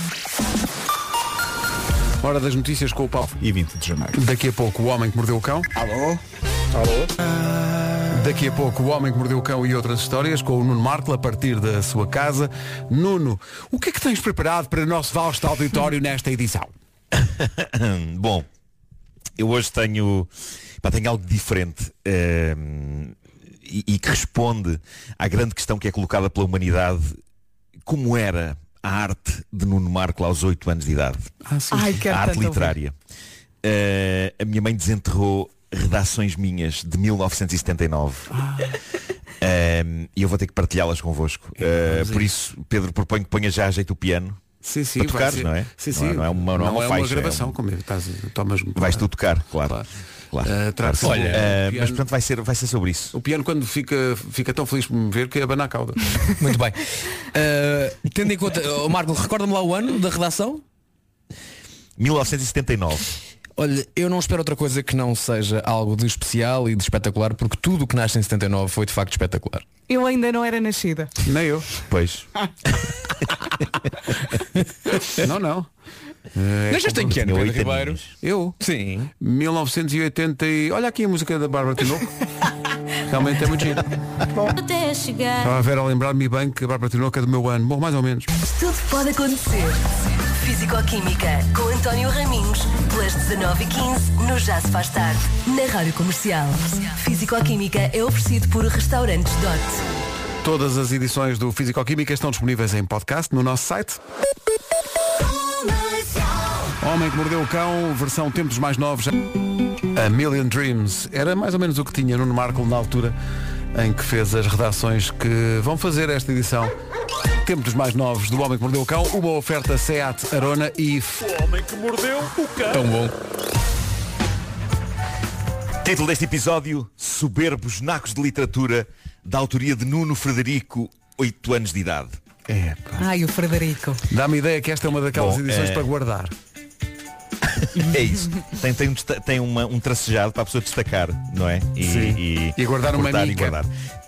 Hora das notícias com o Paulo. E 20 de janeiro. Daqui a pouco o homem que mordeu o cão. Alô? Daqui a pouco, O Homem que Mordeu o Cão e outras histórias com o Nuno Marco a partir da sua casa. Nuno, o que é que tens preparado para o nosso vasto auditório nesta edição? Bom, eu hoje tenho algo diferente e que responde à grande questão que é colocada pela humanidade: como era a arte de Nuno Marco aos 8 anos de idade? A arte literária. A minha mãe desenterrou redações minhas de 1979 e eu vou ter que partilhá-las convosco. Por isso, Pedro, proponho que ponha já a jeito o piano. Sim, para tocar, não é? Sim, sim. Não é uma faixa, gravação, como tomas. Vais tu tocar, claro. Olha, mas portanto vai ser sobre isso. O piano, quando fica tão feliz por me ver, que é abanar a cauda. Muito bem. Tendo em conta, Marco, recorda-me lá o ano da redação? 1979. Olha, eu não espero outra coisa que não seja algo de especial e de espetacular, porque tudo o que nasce em 79 foi de facto espetacular. Eu ainda não era nascida. Nem eu. Pois. Não. Nasceste em que ano, Pedro Ribeiro? Eu? Sim. 1980 e... Olha aqui a música da Bárbara Tinoco. Realmente é muito giro. Estava a ver a lembrar-me bem que a Bárbara Tinoco é do meu ano. Bom, mais ou menos. Tudo pode acontecer. Físico-Química com António Raminhos, pelas 19h15 no Já se faz tarde, na Rádio Comercial. Físico-Química é oferecido por Restaurantes Dot. Todas as edições do Físico-Química estão disponíveis em podcast no nosso site. Homem que Mordeu o Cão, versão Tempos Mais Novos. A Million Dreams. Era mais ou menos o que tinha Nuno Marco na altura em que fez as redações que vão fazer esta edição. Tempos Mais Novos do Homem que Mordeu o Cão. Uma oferta Seat Arona e... O Homem que Mordeu o Cão. Tão bom. Título deste episódio: Soberbos Nacos de Literatura, da autoria de Nuno Frederico, 8 anos de idade. Ai, o Frederico. Dá-me ideia que esta é uma daquelas edições para guardar. É isso. Tem um tracejado para a pessoa destacar, não é? E guardar uma manica.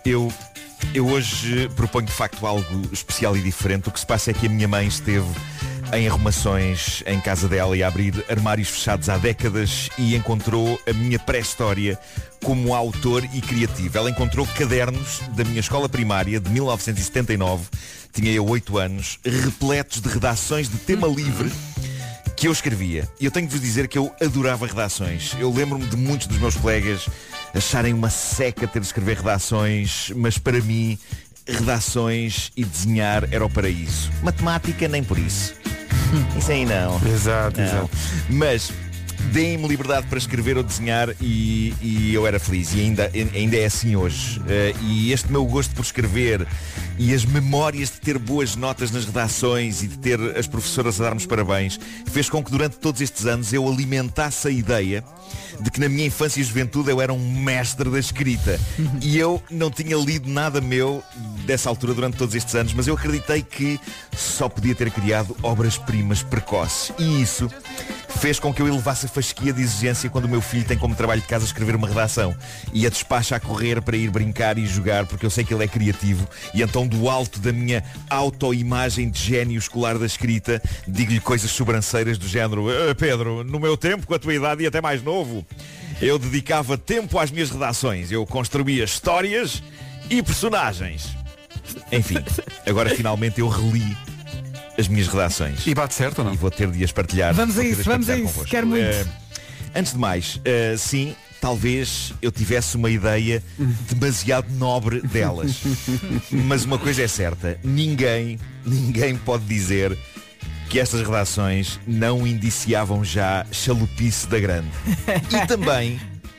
Eu hoje proponho de facto algo especial e diferente. O que se passa é que a minha mãe esteve em arrumações em casa dela e a abrir armários fechados há décadas e encontrou a minha pré-história como autor e criativo. Ela encontrou cadernos da minha escola primária de 1979, tinha eu 8 anos, repletos de redações de tema livre que eu escrevia. E eu tenho de vos dizer que eu adorava redações. Eu lembro-me de muitos dos meus colegas acharem uma seca ter de escrever redações, mas para mim, redações e desenhar era o paraíso. Matemática, nem por isso. Isso aí não. Exato. Mas deem-me liberdade para escrever ou desenhar e eu era feliz. E ainda é assim hoje. E este meu gosto por escrever e as memórias de ter boas notas nas redações e de ter as professoras a dar-nos parabéns fez com que durante todos estes anos eu alimentasse a ideia de que na minha infância e juventude eu era um mestre da escrita. E eu não tinha lido nada meu dessa altura durante todos estes anos, mas eu acreditei que só podia ter criado obras-primas precoces. E isso fez com que eu elevasse a fasquia de exigência quando o meu filho tem como trabalho de casa escrever uma redação e a despacha a correr para ir brincar e jogar, porque eu sei que ele é criativo. E então do alto da minha autoimagem de gênio escolar da escrita digo-lhe coisas sobranceiras do género: Pedro, no meu tempo, com a tua idade e até mais novo, eu dedicava tempo às minhas redações. Eu construía histórias e personagens. Enfim, agora finalmente eu reli as minhas redações. E bate certo ou não? E vou ter de as partilhar. Vamos a isso. Convosco. Quero muito. Antes de mais, sim, talvez eu tivesse uma ideia demasiado nobre delas. Mas uma coisa é certa: ninguém pode dizer que estas redações não indiciavam já chalupice da grande. E também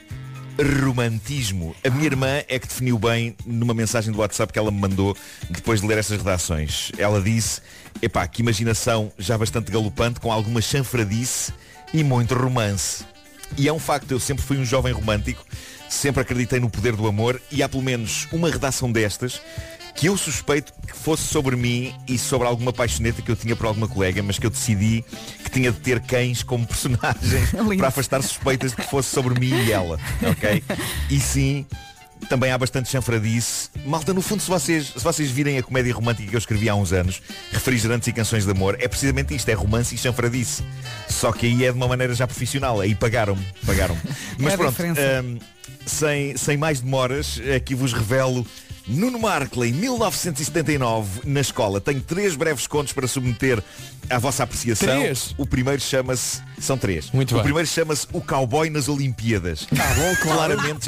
romantismo. A minha irmã é que definiu bem numa mensagem do WhatsApp que ela me mandou depois de ler estas redações. Ela disse: epá, que imaginação já bastante galopante, com alguma chanfradice e muito romance. E é um facto, eu sempre fui um jovem romântico, sempre acreditei no poder do amor, e há pelo menos uma redação destas que eu suspeito que fosse sobre mim e sobre alguma paixoneta que eu tinha por alguma colega, mas que eu decidi que tinha de ter cães como personagens para afastar suspeitas de que fosse sobre mim e ela, ok? E sim, Também há bastante chanfradice. Malta, no fundo, se vocês virem a comédia romântica que eu escrevi há uns anos, Refrigerantes e Canções de Amor, é precisamente isto, é romance e chanfradice. Só que aí é de uma maneira já profissional. Aí pagaram-me. Mas pronto, sem mais demoras, aqui vos revelo Nuno Marco, em 1979, na escola. Tenho 3 breves contos para submeter à vossa apreciação. 3? O primeiro chama-se... São 3. Muito o bem. Primeiro chama-se O Cowboy nas Olimpíadas. Bom, Claramente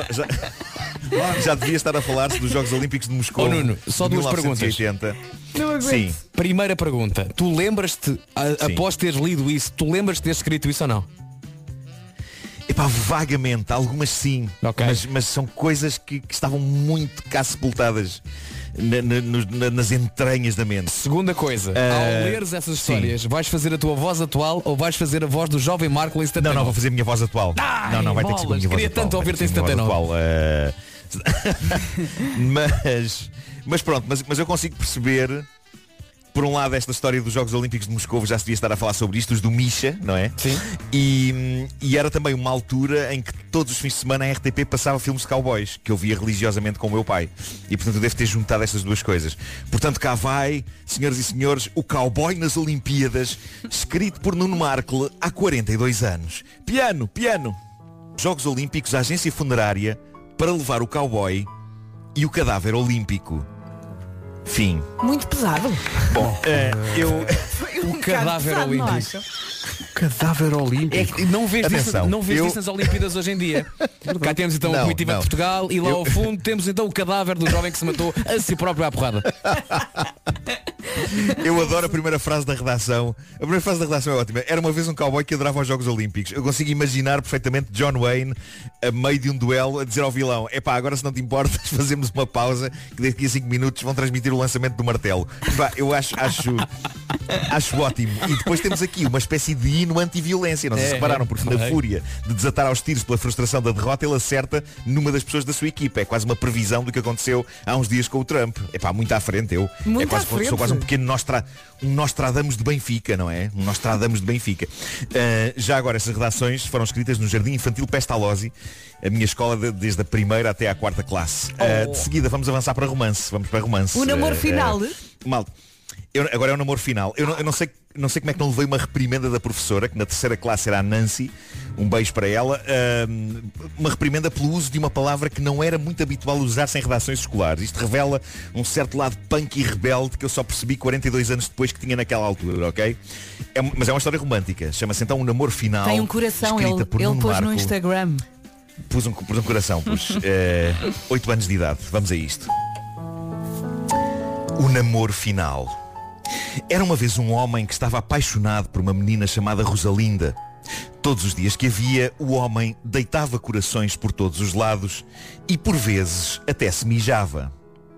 já devia estar a falar-se dos Jogos Olímpicos de Moscou. Oh, Nuno, só 2 perguntas. Sim. Primeira pergunta. Tu lembras-te, após teres lido isso, tu lembras-te de ter escrito isso ou não? Epá, vagamente, algumas sim, okay. mas são coisas que estavam muito cá sepultadas nas entranhas da mente. Segunda coisa, ao leres essas histórias, vais fazer a tua voz atual ou vais fazer a voz do jovem Marco em 79? Não, vou fazer a minha voz atual. Não, vai ter que ser a minha voz atual. Queria tanto ouvir-te em 79. Mas pronto, mas eu consigo perceber. Por um lado, esta história dos Jogos Olímpicos de Moscou, já se devia estar a falar sobre isto, os do Misha, não é? Sim. E era também uma altura em que todos os fins de semana a RTP passava filmes de cowboys, que eu via religiosamente com o meu pai. E portanto eu devo ter juntado estas duas coisas. Portanto cá vai, senhoras e senhores, O Cowboy nas Olimpíadas, escrito por Nuno Marco há 42 anos. Piano! Jogos Olímpicos, a agência funerária para levar o cowboy e o cadáver olímpico. Fim. Muito pesado. Bom, o cadáver olímpico. O cadáver olímpico. Não vês isso nas Olimpíadas hoje em dia. Cá temos então a comitiva de Portugal e lá ao fundo temos então o cadáver do jovem que se matou a si próprio à porrada. Eu adoro a primeira frase da redação. A primeira frase da redação é ótima. Era uma vez um cowboy que adorava os Jogos Olímpicos. Eu consigo imaginar perfeitamente John Wayne a meio de um duelo a dizer ao vilão: epá, agora se não te importas fazemos uma pausa que daqui a 5 minutos vão transmitir o lançamento do martelo. Epá, eu acho ótimo. E depois temos aqui uma espécie de hino anti-violência. Não sei se repararam, porque na fúria de desatar aos tiros pela frustração da derrota, ele acerta numa das pessoas da sua equipa. É quase uma previsão do que aconteceu há uns dias com o Trump. Epá, muito à frente eu. Sou quase um pequeno Nostradamus de Benfica, não é? Um Nostradamus de Benfica. Já agora, essas redações foram escritas no Jardim Infantil Pestalozzi, a minha escola desde a primeira até à 4ª classe. De seguida vamos avançar para romance. Vamos para romance. O namoro final? Malta, agora é o namoro final. Eu não sei como é que não levei uma reprimenda da professora, que na 3ª classe era a Nancy. Um beijo para ela. Uma reprimenda pelo uso de uma palavra que não era muito habitual usar-se em redações escolares. Isto revela um certo lado punk e rebelde que eu só percebi 42 anos depois que tinha naquela altura, ok? Mas é uma história romântica. Chama-se então O Namoro Final. Tem um coração, ele pôs no Instagram. Pus um coração, 8 anos de idade. Vamos a isto. O namoro final. Era uma vez um homem que estava apaixonado por uma menina chamada Rosalinda. Todos os dias que havia, o homem deitava corações por todos os lados e por vezes até se mijava.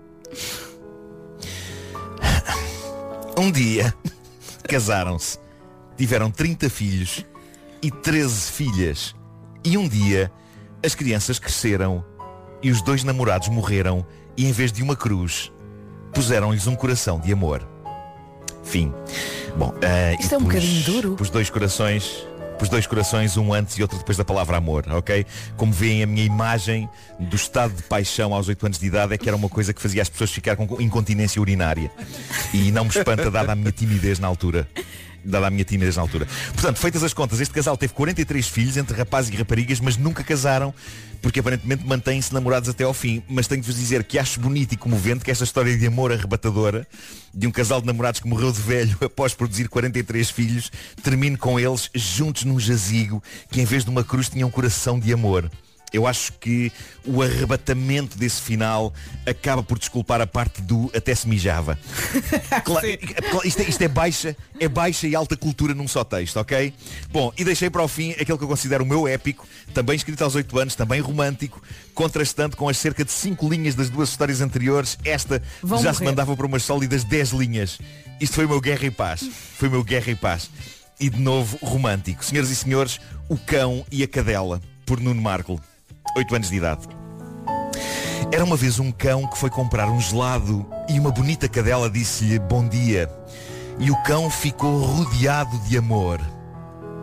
Um dia, casaram-se. Tiveram 30 filhos e 13 filhas. E um dia, as crianças cresceram e os 2 namorados morreram e em vez de uma cruz, puseram-lhes um coração de amor. Fim. Bom, isto é um bocadinho duro. Pus 2 corações, um antes e outro depois da palavra amor, ok? Como veem, a minha imagem do estado de paixão aos 8 anos de idade é que era uma coisa que fazia as pessoas ficar com incontinência urinária. E não me espanta, dada a minha timidez na altura. Portanto, feitas as contas, este casal teve 43 filhos entre rapazes e raparigas, mas nunca casaram, porque aparentemente mantêm-se namorados até ao fim. Mas tenho de vos dizer que acho bonito e comovente que esta história de amor arrebatadora de um casal de namorados que morreu de velho após produzir 43 filhos termine com eles juntos num jazigo que em vez de uma cruz tinha um coração de amor. Eu acho que o arrebatamento desse final acaba por desculpar a parte do até se mijava. Claro, isto é baixa e alta cultura num só texto, ok? Bom, e deixei para o fim aquele que eu considero o meu épico, também escrito aos 8 anos, também romântico, contrastando com as cerca de 5 linhas das 2 histórias anteriores. Esta se mandava para umas sólidas 10 linhas. Isto foi o meu Guerra e Paz. E de novo, romântico. Senhoras e senhores, O Cão e a Cadela, por Nuno Marco. 8 anos de idade. Era uma vez um cão que foi comprar um gelado e uma bonita cadela disse-lhe bom dia. E o cão ficou rodeado de amor.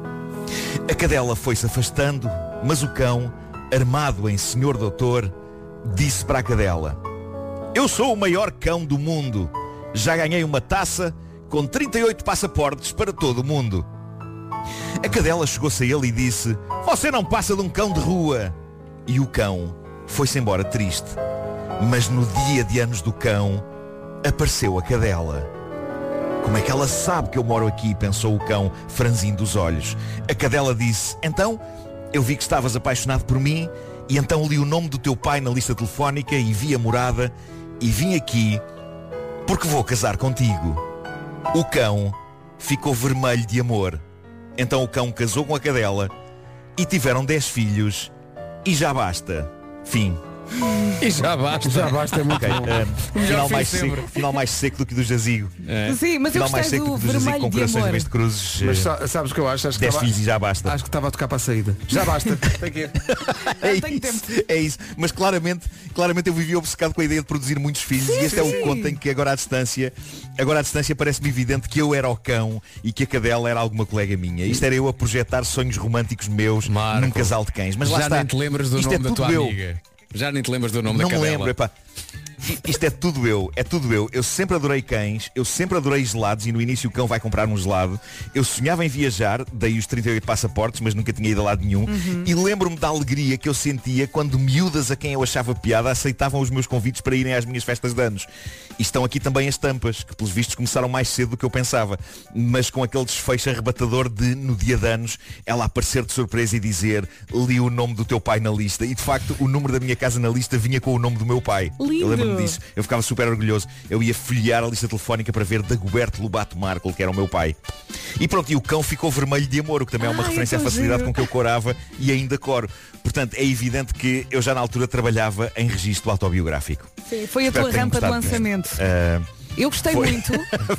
A cadela foi-se afastando, mas o cão, armado em senhor doutor, disse para a cadela: eu sou o maior cão do mundo. Já ganhei uma taça com 38 passaportes para todo o mundo. A cadela chegou-se a ele e disse: você não passa de um cão de rua. E o cão foi-se embora triste. Mas no dia de anos do cão, apareceu a cadela. Como é que ela sabe que eu moro aqui? Pensou o cão, franzindo os olhos. A cadela disse: então, eu vi que estavas apaixonado por mim, e então li o nome do teu pai na lista telefónica e vi a morada, e vim aqui porque vou casar contigo. O cão ficou vermelho de amor. Então o cão casou com a cadela e tiveram 10 filhos, e já basta. Fim. E já basta. Já basta, é muito Okay, bom. final mais seco do que o do Jazigo. Sim, mas eu Final mais gostei seco do do que do Jazigo, vermelho com de corações em amor. vez de cruzes. Mas sabes o que eu acho? 10 filhos e já basta. Acho que estava a tocar para a saída. Já basta. Tem que ir. É isso. Mas claramente eu vivi obcecado com a ideia de produzir muitos filhos, e este é o conto em que agora à distância parece-me evidente que eu era o cão e que a cadela era alguma colega minha. Isto era eu a projetar sonhos românticos meus num casal de cães. Mas lá já está. nem te lembras do Isto nome é da tua tudo eu. amiga. Já nem te lembras do nome Não da me cadela. lembro, epá. Isto é tudo eu. Eu sempre adorei cães, eu sempre adorei gelados, e no início o cão vai comprar um gelado. Eu sonhava em viajar, dei os 38 passaportes, mas nunca tinha ido a lado nenhum. E lembro-me da alegria que eu sentia quando miúdas a quem eu achava piada aceitavam os meus convites para irem às minhas festas de anos. E estão aqui também as tampas, que pelos vistos começaram mais cedo do que eu pensava, mas com aquele desfecho arrebatador de, no dia de anos, ela aparecer de surpresa e dizer: li o nome do teu pai na lista. E de facto o número da minha casa na lista vinha com o nome do meu pai. Lindo. Eu lembro-me disso. Eu ficava super orgulhoso. Eu ia folhear a lista telefónica para ver Dagoberto Lobato Marco, que era o meu pai. E pronto, e o cão ficou vermelho de amor, o que também é uma referência à facilidade com que eu corava e ainda coro. Portanto, é evidente que eu já na altura trabalhava em registro autobiográfico. Sim, foi a Espero tua que tenham rampa de gostado lançamento. disto. Eu gostei muito.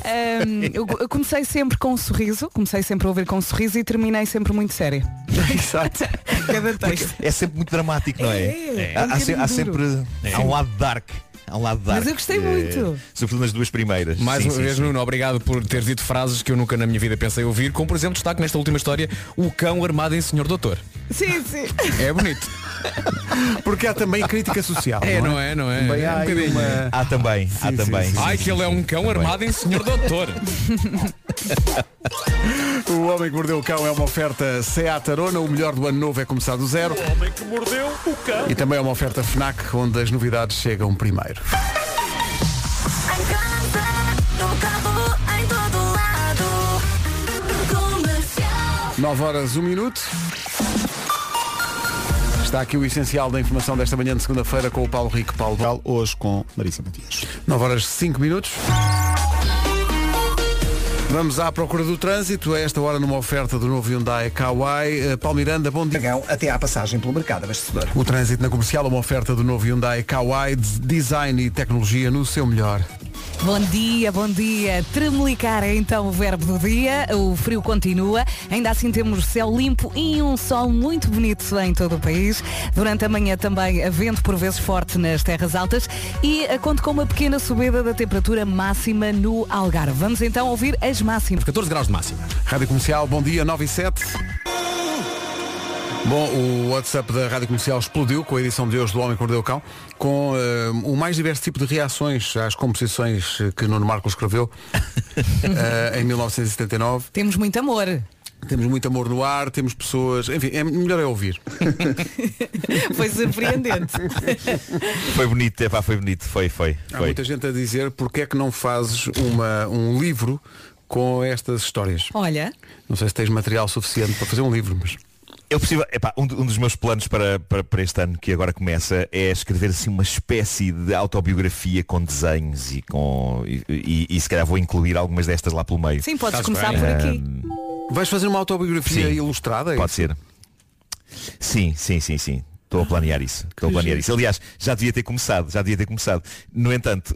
Eu comecei sempre com um sorriso, comecei sempre a ouvir com um sorriso e terminei sempre muito séria. Exato. Cada texto. É sempre muito dramático, não é? Há sempre há um lado dark. Há um lado dark. Mas eu gostei muito. Sobretudo nas duas primeiras. Mais Sim, uma sim, vez, sim. Nuno, obrigado por teres dito frases que eu nunca na minha vida pensei ouvir, como por exemplo destaque nesta última história: o cão armado em Senhor Doutor. Sim, sim. É bonito. Porque há também crítica social. Não é? Também há Um aí bocadinho. uma... Há também. sim. Ai, que ele é um cão armado em Senhor Doutor. O Homem que Mordeu o Cão é uma oferta Seat Arona. O melhor do ano novo é começar do zero. O homem que mordeu o cão. E também é uma oferta FNAC, onde as novidades chegam primeiro. Em casa, no carro, em todo lado. Comercial. 9 horas, 1 minuto. Está aqui o essencial da informação desta manhã de segunda-feira com o Paulo Rico. Paulo, Hoje com Marisa Matias. 9 horas 5 minutos. Vamos à procura do trânsito, a esta hora numa oferta do novo Hyundai Kauai. Paulo Miranda, bom dia. Dragão até à passagem pelo mercado abastecedor. O trânsito na comercial, uma oferta do novo Hyundai Kauai, design e tecnologia no seu melhor. Bom dia, bom dia. Tremelicar é então o verbo do dia. O frio continua. Ainda assim temos céu limpo e um sol muito bonito em todo o país. Durante a manhã também vento por vezes forte nas terras altas e conto com uma pequena subida da temperatura máxima no Algarve. Vamos então ouvir as máximas. 14 graus de máxima. Rádio Comercial, bom dia, 9 e 7. Bom, o WhatsApp da Rádio Comercial explodiu com a edição de hoje do Homem que Mordeu o Cão, com o mais diverso tipo de reações às composições que Nuno Marco escreveu em 1979. Temos muito amor. Temos muito amor no ar, temos pessoas... Enfim, melhor é ouvir. Foi surpreendente. Foi bonito, foi bonito. Foi. Há muita gente a dizer porque é que não fazes um livro com estas histórias. Olha. Não sei se tens material suficiente para fazer um livro, mas... Eu preciso, um dos meus planos para este ano, que agora começa, é escrever assim uma espécie de autobiografia com desenhos e se calhar vou incluir algumas destas lá pelo meio. Sim, podes começar por aqui. Vais fazer uma autobiografia ilustrada? Pode ser. Sim. Estou a planear isso. Aliás, já devia ter começado. No entanto,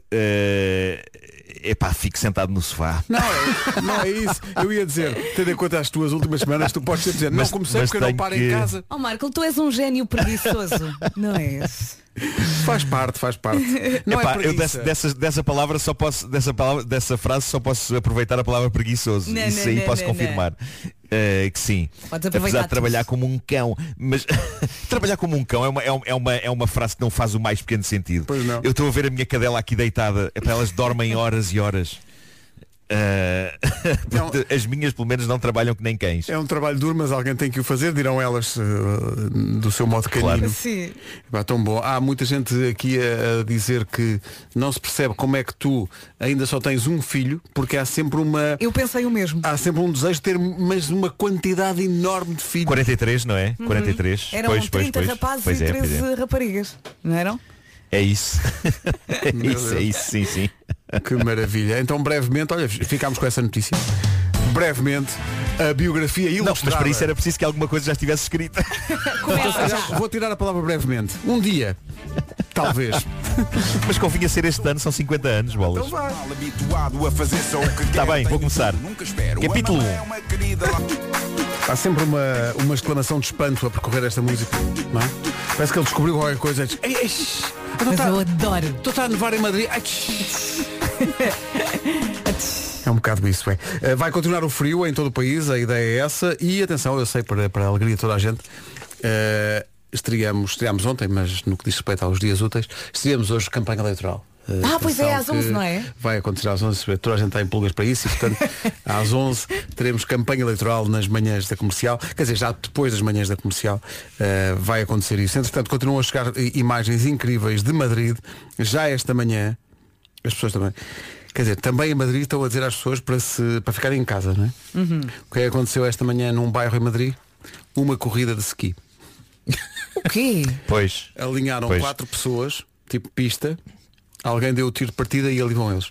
fico sentado no sofá. Não é isso. Eu ia dizer, tendo em conta as tuas últimas semanas, tu podes sempre dizer, não comecei porque eu não paro em casa. Oh Marco, tu és um gênio preguiçoso, não és? Faz parte. Não é eu dessa frase só posso aproveitar a palavra preguiçoso. Isso aí posso confirmar. Que sim. Apesar de trabalhar como um cão. Mas trabalhar como um cão é uma frase que não faz o mais pequeno sentido. Pois não. Eu estou a ver a minha cadela aqui deitada. Elas dormem horas e horas. As minhas pelo menos não trabalham que nem cães. É um trabalho duro, mas alguém tem que o fazer, dirão elas do seu modo canino. Claro. Sim. Tão bom. Há muita gente aqui a dizer que não se percebe como é que tu ainda só tens um filho, porque há sempre uma... Eu pensei o mesmo. Há sempre um desejo de ter mas uma quantidade enorme de filhos. 43, não é? 43. Eram 30 rapazes e 13 raparigas, não eram? É isso. É isso, sim. Que maravilha. Então brevemente, olha, ficámos com essa notícia. Brevemente, a biografia ilustrada. Não, mas para isso era preciso que alguma coisa já estivesse escrita. Vou tirar a palavra brevemente. Um dia. Talvez. Mas convinha ser este ano, são 50 anos, bolas. Então vá. Está bem, vou começar. Capítulo 1. Há sempre uma exclamação de espanto a percorrer esta música, não é? Parece que ele descobriu qualquer coisa. Mas eu adoro. Estou a nevar em Madrid. É um bocado isso, é. Vai continuar o frio em todo o país, a ideia é essa. E atenção, eu sei para a alegria de toda a gente, estreámos ontem, mas no que diz respeito aos dias úteis, estreamos hoje campanha eleitoral. Pois é, às 11, não é? Vai acontecer às 11, toda a gente está em pulgas para isso e, portanto, às 11 teremos campanha eleitoral nas manhãs da Comercial, quer dizer, já depois das manhãs da Comercial vai acontecer isso. Entretanto, continuam a chegar imagens incríveis de Madrid, já esta manhã, as pessoas também, quer dizer, também em Madrid estão a dizer às pessoas para ficarem em casa, não é? Uhum. O que aconteceu esta manhã num bairro em Madrid? Uma corrida de ski. O quê? Pois. Alinharam 4 pessoas, tipo pista. Alguém deu o tiro de partida e ali vão eles.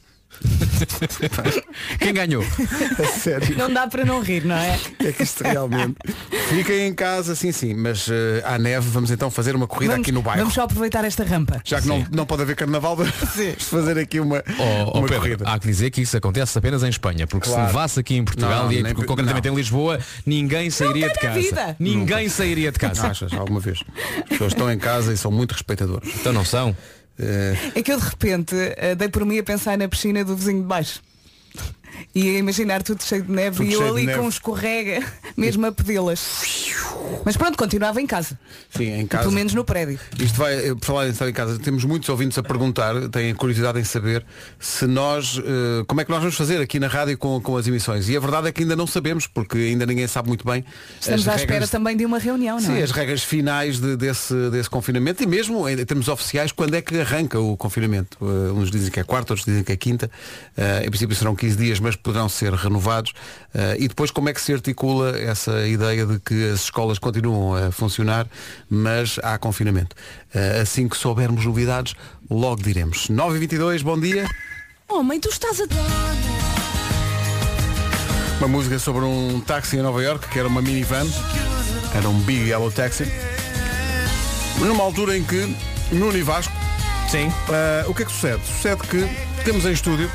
Quem ganhou? A sério. Não dá para não rir, não é? É que isto realmente. Fiquem em casa, sim, mas à neve vamos então fazer uma corrida aqui no bairro. Vamos só aproveitar esta rampa. Já que não pode haver carnaval, vamos fazer aqui uma Pedro, corrida. há que dizer que isso acontece apenas em Espanha, porque se levasse aqui em Portugal concretamente em Lisboa, ninguém sairia de casa. Vida. Ninguém sairia de casa. Achas, alguma vez? As pessoas estão em casa e são muito respeitadoras. Então não são? É que eu de repente dei por mim a pensar na piscina do vizinho de baixo e a imaginar tudo cheio de neve Tudo e eu cheio de ali neve. com um escorrega mesmo a pedi-las. Mas pronto, continuava em casa. Sim, em casa. Pelo menos no prédio. Isto vai, por falar em estar em casa, temos muitos ouvintes a perguntar, têm curiosidade em saber se nós, como é que nós vamos fazer aqui na rádio com as emissões. E a verdade é que ainda não sabemos, porque ainda ninguém sabe muito bem. Estamos à espera também de uma reunião, não é? Sim, as regras finais desse confinamento e mesmo em termos oficiais, quando é que arranca o confinamento. Uns dizem que é quarta, outros dizem que é quinta. Em princípio serão 15 dias, mas poderão ser renovados. E depois como é que se articula essa ideia de que as escolas continuam a funcionar, mas há confinamento. Assim que soubermos novidades, logo diremos. 9h22, bom dia. Oh mãe, tu estás a... Uma música sobre um táxi em Nova Iorque, que era uma minivan. Era um Big Yellow Taxi. Numa altura em que, no Univasco, sim. O que é que sucede? Sucede que temos em estúdio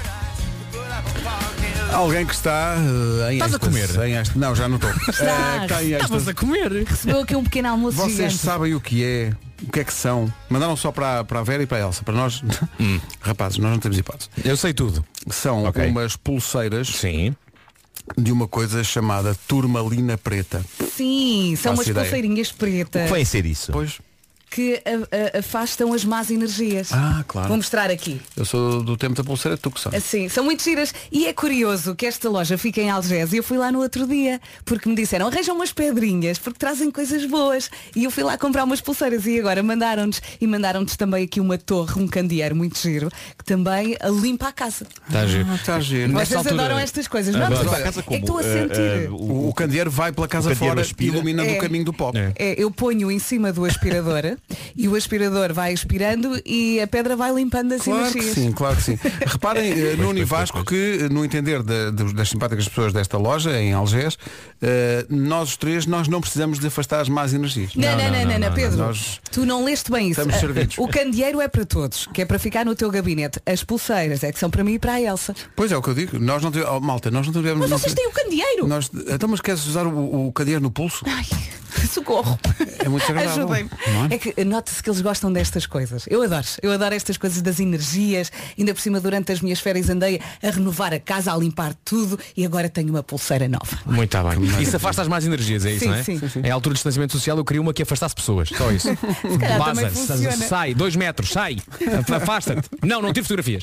alguém que está em Estás a comer? Não, já não estou. Estavas a comer? Recebeu aqui um pequeno almoço Vocês gigante. sabem o que é que são? Mandaram só para a Vera e para a Elsa. Para nós, rapazes, nós não temos hipótese. Eu sei tudo. São umas pulseiras Sim. de uma coisa chamada turmalina preta. Sim, são Faço umas ideia. pulseirinhas pretas. O que vai ser isso? Pois. Que afastam as más energias. Claro. Vou mostrar aqui. Eu sou do tempo da pulseira, tu que sabes. Assim, são muito giras. E é curioso que esta loja fica em Algés. E eu fui lá no outro dia, porque me disseram, arranjam umas pedrinhas, porque trazem coisas boas. E eu fui lá comprar umas pulseiras e agora mandaram-nos. E mandaram-nos também aqui uma torre, um candeeiro muito giro, que também limpa a casa. Está giro. Está giro. Vocês adoram estas coisas, não é? Adoro. Mas, Casa é que como? estou a sentir. O candeeiro vai pela casa candeeiro fora, aspira. iluminando o caminho do pó. Eu ponho em cima do aspirador e o aspirador vai aspirando e a pedra vai limpando assim Claro as que chias. sim, claro que sim. Reparem no Univasco que, no entender das simpáticas pessoas desta loja, em Algés, nós os três, nós não precisamos de afastar as más energias. Não, Pedro, nós tu não leste bem isso. estamos servidos. O candeeiro é para todos, que é para ficar no teu gabinete. As pulseiras é que são para mim e para a Elsa. Pois é o que eu digo, nós não tivemos, malta, nós não tivemos. Mas vocês têm o candeeiro. Então, mas queres usar o candeeiro no pulso? Ai, Socorro. É muito agradável. Ajudem-me. Não é? É que nota-se que eles gostam destas coisas. Eu adoro estas coisas das energias. Ainda por cima, durante as minhas férias andei a renovar a casa, a limpar tudo e agora tenho uma pulseira nova. Muito bem. Isso afasta as más energias, é isso, Sim, não é? sim. É a altura de distanciamento social, eu queria uma que afastasse pessoas. Só isso. Se calhar também funciona. Sai, 2 metros, sai. Afasta-te. Não tiro fotografias.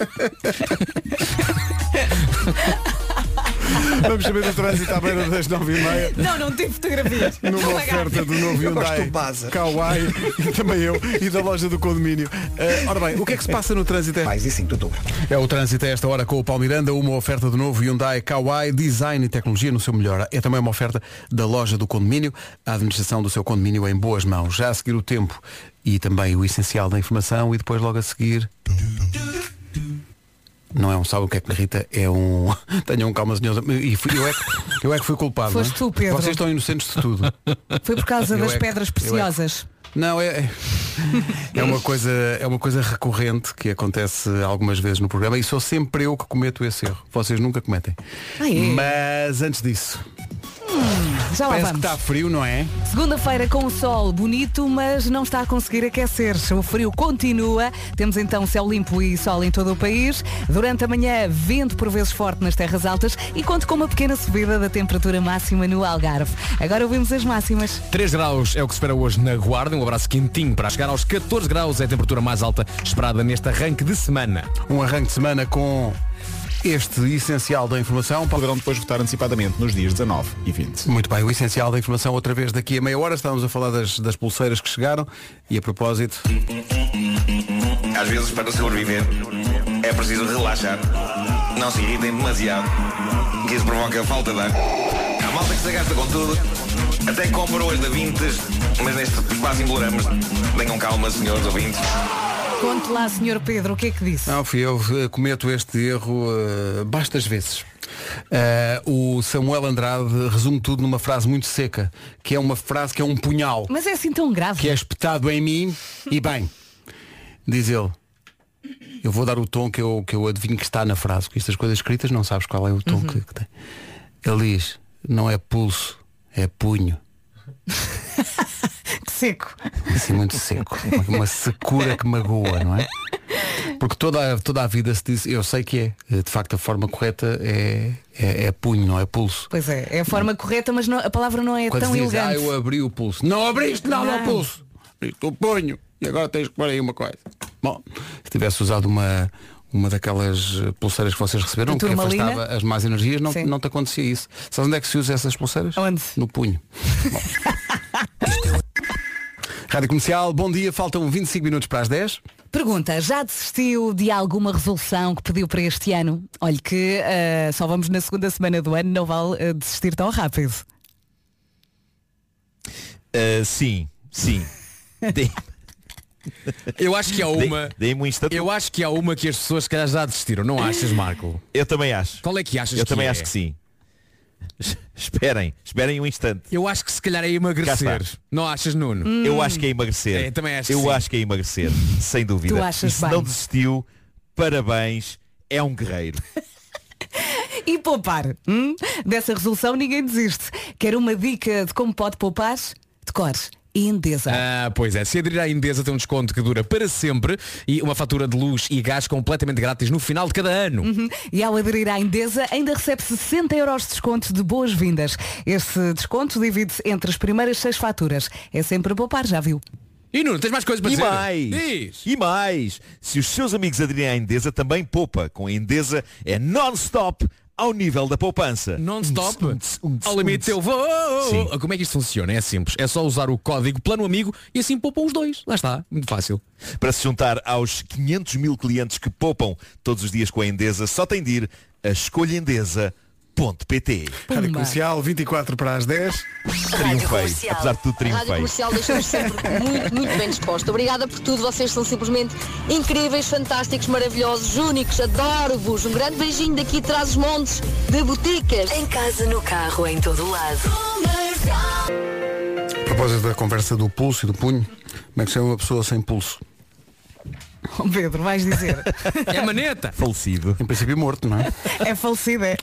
Vamos saber do trânsito à beira das 9h30. Não tive fotografias. Numa oferta do novo Hyundai Kauai e também eu e da loja do condomínio. Ora bem, o que é que se passa no trânsito? Mais e 5 de outubro. É o trânsito a esta hora com o Paulo Miranda, uma oferta do novo Hyundai Kauai, design e tecnologia no seu melhor. É também uma oferta da loja do condomínio, a administração do seu condomínio em boas mãos. Já a seguir o tempo e também o essencial da informação e depois logo a seguir... Não é um sabe o que é que me irrita, é um... Tenham calma, senhores. E eu é que fui culpado. Foste tu, Pedro. Vocês estão inocentes de tudo. Foi por causa das pedras preciosas. Não, é uma coisa recorrente que acontece algumas vezes no programa e sou sempre eu que cometo esse erro. Vocês nunca cometem. Mas antes disso... Já lá Parece vamos. que está frio, não é? Segunda-feira com o sol bonito, mas não está a conseguir aquecer-se. O frio continua. Temos então céu limpo e sol em todo o país. Durante a manhã, vento por vezes forte nas terras altas e conto com uma pequena subida da temperatura máxima no Algarve. Agora ouvimos as máximas. 3 graus é o que se espera hoje na Guarda. Um abraço quentinho para chegar aos 14 graus. É a temperatura mais alta esperada neste arranque de semana. Um arranque de semana com... este essencial da informação. Poderão depois votar antecipadamente nos dias 19 e 20. Muito bem, o essencial da informação outra vez daqui a meia hora. Estávamos a falar das pulseiras que chegaram e a propósito... Às vezes, para sobreviver, é preciso relaxar. Não se irritem demasiado, que isso provoca falta de ar. Há malta que se gasta com tudo, até compra hoje da Vintes, mas neste espaço imploramos. Tenham calma, senhores ouvintes. Conte lá, Sr. Pedro, o que é que disse? Não, fui eu, cometo este erro bastas vezes. O Samuel Andrade resume tudo numa frase muito seca, que é uma frase que é um punhal. Mas é assim tão grave. Que é espetado em mim e bem, diz ele, eu vou dar o tom que eu adivinho que está na frase, porque estas coisas escritas não sabes qual é o tom que tem. Ele diz, não é pulso, é punho. Que seco. Assim, muito seco. Uma secura que magoa, não é? Porque toda a vida se diz, eu sei que é, de facto a forma correta é punho, não é pulso. Pois é a forma correta, mas a palavra não é quando tão se diz, elegante. eu abri o pulso. Não abriste nada ao pulso. Abriste o punho. E agora tens que pôr aí uma coisa. Bom, se tivesse usado uma daquelas pulseiras que vocês receberam, que afastava as más energias, não te acontecia isso. Sabes onde é que se usa essas pulseiras? Onde? No punho. Rádio Comercial, bom dia, faltam 25 minutos para as 10. Pergunta, já desistiu de alguma resolução que pediu para este ano? Olhe que só vamos na segunda semana do ano, não vale desistir tão rápido. Sim. Eu acho que há uma. Dei-me um instante. Eu acho que há uma que as pessoas se calhar já desistiram, não achas, Marco? Eu também acho. Qual é que achas? Eu também acho que sim. Esperem um instante. Eu acho que se calhar é emagrecer. Não achas, Nuno? Eu acho que é emagrecer. Também acho que eu sim. acho que é emagrecer, sem dúvida. Tu achas e se bem? não desistiu, parabéns, é um guerreiro. E poupar? Dessa resolução ninguém desiste. Quer uma dica de como pode poupar? Decores. Endesa. Pois é, se aderir à Endesa tem um desconto que dura para sempre e uma fatura de luz e gás completamente grátis no final de cada ano. E ao aderir à Endesa ainda recebe 60 € de desconto de boas-vindas. Esse desconto divide-se entre as primeiras 6 faturas. É sempre a poupar, já viu? E Nuno, tens mais coisas para dizer? E mais, se os seus amigos aderirem à Endesa, também poupa. Com a Endesa é non-stop ao nível da poupança. Non-stop? Ao limite teu voo. Como é que isto funciona? É simples. É só usar o código Plano Amigo e assim poupam os dois. Lá está. Muito fácil. Para se juntar aos 500 mil clientes que poupam todos os dias com a Endesa, só tem de ir a escolhaendesa.pt. Rádio Comercial, 24 para as 10. Triunfei. Apesar de tudo, A triunfei. Rádio Comercial deixa-nos sempre muito bem disposto. Obrigada por tudo. Vocês são simplesmente incríveis, fantásticos, maravilhosos, únicos. Adoro-vos. Um grande beijinho daqui de Trás-os-Montes, de Boticas. Em casa, no carro, em todo o lado. A propósito da conversa do pulso e do punho, como é que se chama uma pessoa sem pulso? Oh, Pedro, vais dizer. É maneta. Falecido. Em princípio morto, não é? É falecido, é.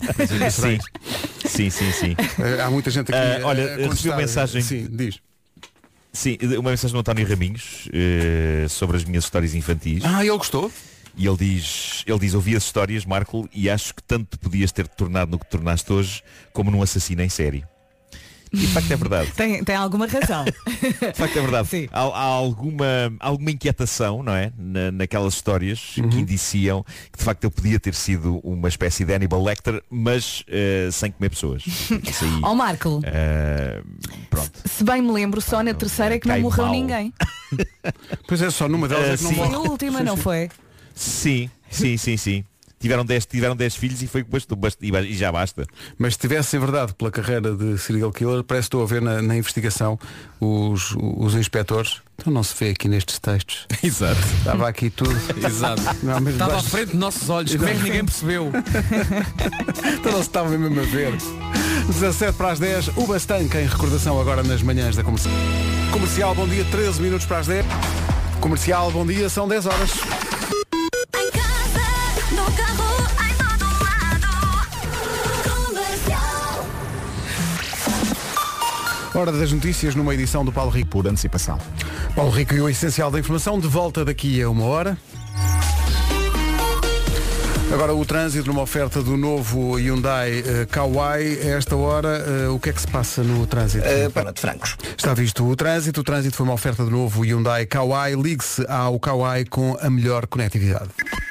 Sim. Há muita gente aqui. Olha, recebi uma mensagem. Sim, diz. Sim, uma mensagem do António Raminhos sobre as minhas histórias infantis. Ele gostou? E ele diz, ouvi as histórias, Marco, e acho que tanto te podias ter tornado no que te tornaste hoje como num assassino em série. E de facto é verdade. Tem alguma razão. De facto é verdade. Sim. Há alguma inquietação, não é? Naquelas histórias que indiciam que de facto eu podia ter sido uma espécie de Hannibal Lecter, mas sem comer pessoas. Isso aí, Ó Marco, pronto. se bem me lembro, só na terceira é que não Cai morreu mal. ninguém. Pois é, só numa delas é que não sim. Foi morre. a última, não foi? Sim. Tiveram 10 filhos e foi e já basta. Mas se tivesse em verdade pela carreira de serial killer, parece que estou a ver na investigação os inspectores. Então não se vê aqui nestes textos. Exato. Estava aqui tudo. Exato. Não, mas Estava à basta- frente de nossos olhos. Como é que ninguém percebeu? Então não se estava mesmo a ver. 17 para as 10, o Bastanca em recordação agora nas manhãs da Comercial. Comercial, bom dia, 13 minutos para as 10. Comercial, bom dia, são 10 horas. Em casa, no carro, em todo lado. Comercial. Hora das notícias numa edição do Paulo Rico. Por antecipação. Paulo Rico e o essencial da informação, de volta daqui a 1 hora. Agora o trânsito numa oferta do novo Hyundai Kauai. A esta hora, o que é que se passa no trânsito? Pana de Francos. Está visto o trânsito. O trânsito foi uma oferta do novo Hyundai Kauai. Ligue-se ao Kauai com a melhor conectividade.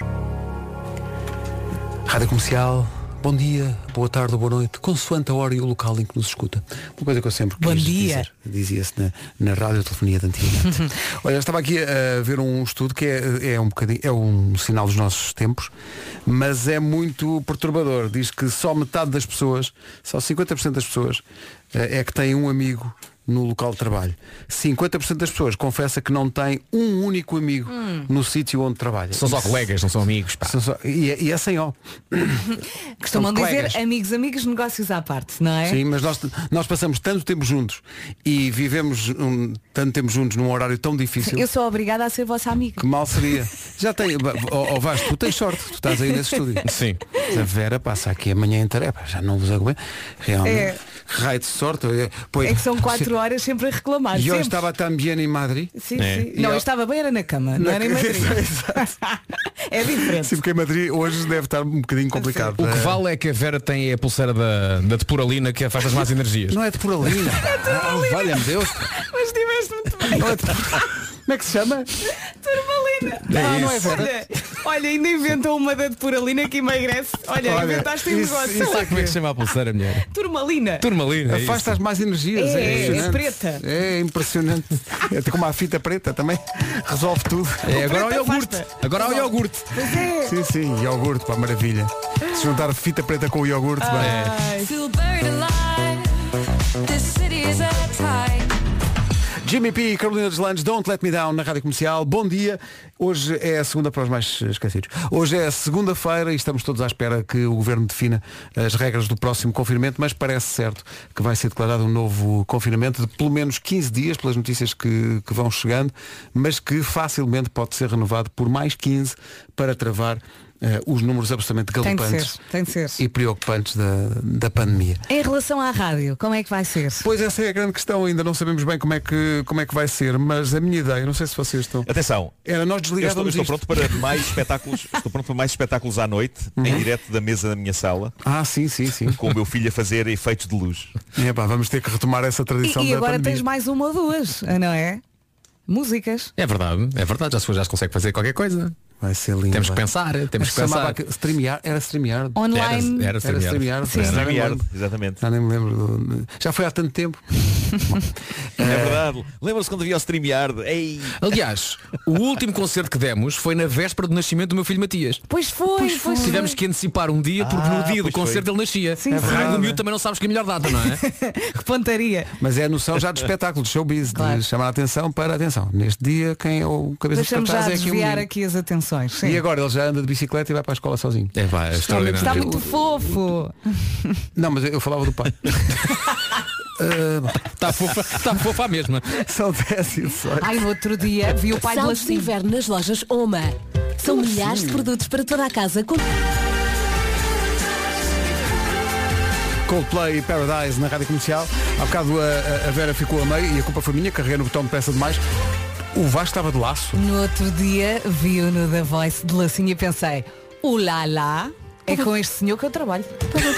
Rádio Comercial, bom dia, boa tarde ou boa noite, consoante a hora e o local em que nos escuta. Uma coisa que eu sempre Bom quis dia. dizer, dizia-se na radiotelefonia de antigamente. Olha, eu estava aqui a ver um estudo que é um bocadinho, é um sinal dos nossos tempos, mas é muito perturbador. Diz que só metade das pessoas, só 50% das pessoas é que têm um amigo no local de trabalho. 50% das pessoas confessa que não tem um único amigo no sítio onde trabalha. São só colegas, não são amigos. Pá. E é sem ó. Costumam São dizer colegas. amigos, negócios à parte, não é? Sim, mas nós passamos tanto tempo juntos e vivemos tanto tempo juntos num horário tão difícil Eu sou obrigada a ser vossa amiga. que mal seria. Já tem. Vasco, tu tens sorte, tu estás aí nesse estúdio. Sim. A Vera passa aqui a manhã inteira. Epá, já não vos aguento. Realmente. É. Raio de sorte. Pois, É que são 4 horas sempre a reclamar. E eu sempre. estava também em Madrid. Sim, É. sim. Não, eu estava bem, era na cama, não era em Madrid. É diferente. Sim, porque em Madrid hoje deve estar um bocadinho complicado. O que vale é que a Vera tem a pulseira da Depuralina que faz as más energias. Não é de Puralina. Valha-me Deus. Mas estiveste muito bem. Não é de... Como é que se chama? Turmalina. Não é Vera. Olha, ainda inventou uma da Turmalina que emagrece. Olha, inventaste um negócio. Sei lá como é que se chama a pulseira, mulher. Turmalina. Turmalina. Afasta-as mais energias. É impressionante. preta. É impressionante. É como a fita preta também. Resolve tudo. É, agora ao Preta iogurte. afasta. Agora ao iogurte. Pois é. Sim, sim, iogurte, pá, maravilha. Se juntar fita preta com o iogurte, bem. Ai. Jimmy P e Carolina Deslandes, Don't Let Me Down na Rádio Comercial. Bom dia. Hoje é a segunda para os mais esquecidos. Hoje é a segunda-feira e estamos todos à espera que o Governo defina as regras do próximo confinamento, mas parece certo que vai ser declarado um novo confinamento de pelo menos 15 dias, pelas notícias que vão chegando, mas que facilmente pode ser renovado por mais 15 para travar os números absolutamente galopantes Tem de ser. e preocupantes da pandemia. Em relação à rádio, como é que vai ser? Pois essa é a grande questão, ainda não sabemos bem como é que vai ser, mas a minha ideia, não sei se vocês estão. Atenção, Era nós eu desligávamos estou pronto para mais espetáculos. Estou pronto para mais espetáculos à noite, em direto da mesa da minha sala, Sim. com o meu filho a fazer efeitos de luz. Vamos ter que retomar essa tradição E da agora pandemia. tens mais uma ou duas, não é? Músicas. É verdade. Já se consegue fazer qualquer coisa. Vai ser lindo. Temos que vai. pensar. Temos que Se chamava pensar. StreamYard, era StreamYard. Online. Era StreamYard. Sim. Já nem me StreamYard, lembro. exatamente. Já nem me lembro. Já foi há tanto tempo. É verdade. Lembra-se quando havia o StreamYard? Ei! Aliás, o último concerto que demos foi na véspera do nascimento do meu filho Matias. Pois foi. Tivemos que antecipar um dia porque no dia do pois concerto ele nascia. Sim, O sim. raio do miúdo também não sabes que é a melhor data, não é? Que pontaria. Mas é a noção já de espetáculo, de showbiz, Claro. de chamar a atenção para a atenção. Neste dia, quem é o cabeça de Deixamos já cartaz é aqui o desviar menino. aqui as atenções. Sim. E agora ele já anda de bicicleta e vai para a escola sozinho. É extraordinário. Está muito fofo. Não, mas eu falava do pai. Está fofa a mesma. São 10h18. Ai, no outro dia vi o pai de Saldos de lacinho. inverno nas lojas Oma. São milhares de produtos para toda a casa. Coldplay e Paradise na Rádio Comercial. Há bocado a Vera ficou a meio e a culpa foi minha, carreguei no botão de peça demais. O Vasco estava de laço. No outro dia vi-o no The Voice de lacinho e pensei, ulala, é com este senhor que eu trabalho.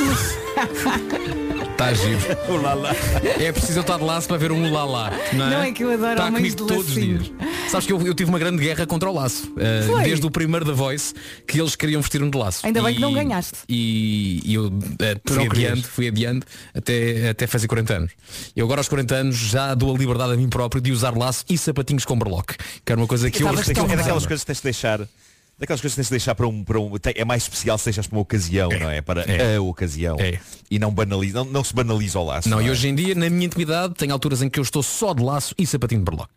Está giro. É preciso eu estar de laço para ver um ulalá. Não é que eu adoro Está homens comigo de todos os lacinho. dias. Sabes que eu tive uma grande guerra contra o laço. Desde o primeiro da Voice que eles queriam vestir-me de laço. Ainda bem que não ganhaste. E eu fui adiante até fazer 40 anos. Eu agora aos 40 anos já dou a liberdade a mim próprio de usar laço e sapatinhos com berloque. Que era uma coisa que eu É daquelas coisas que tens de deixar. Daquelas coisas que tens de deixar para um é mais especial se deixas para uma ocasião, não é? Para a ocasião. E não se banaliza o laço. Não, e hoje em dia, na minha intimidade, tem alturas em que eu estou só de laço e sapatinho de berloque.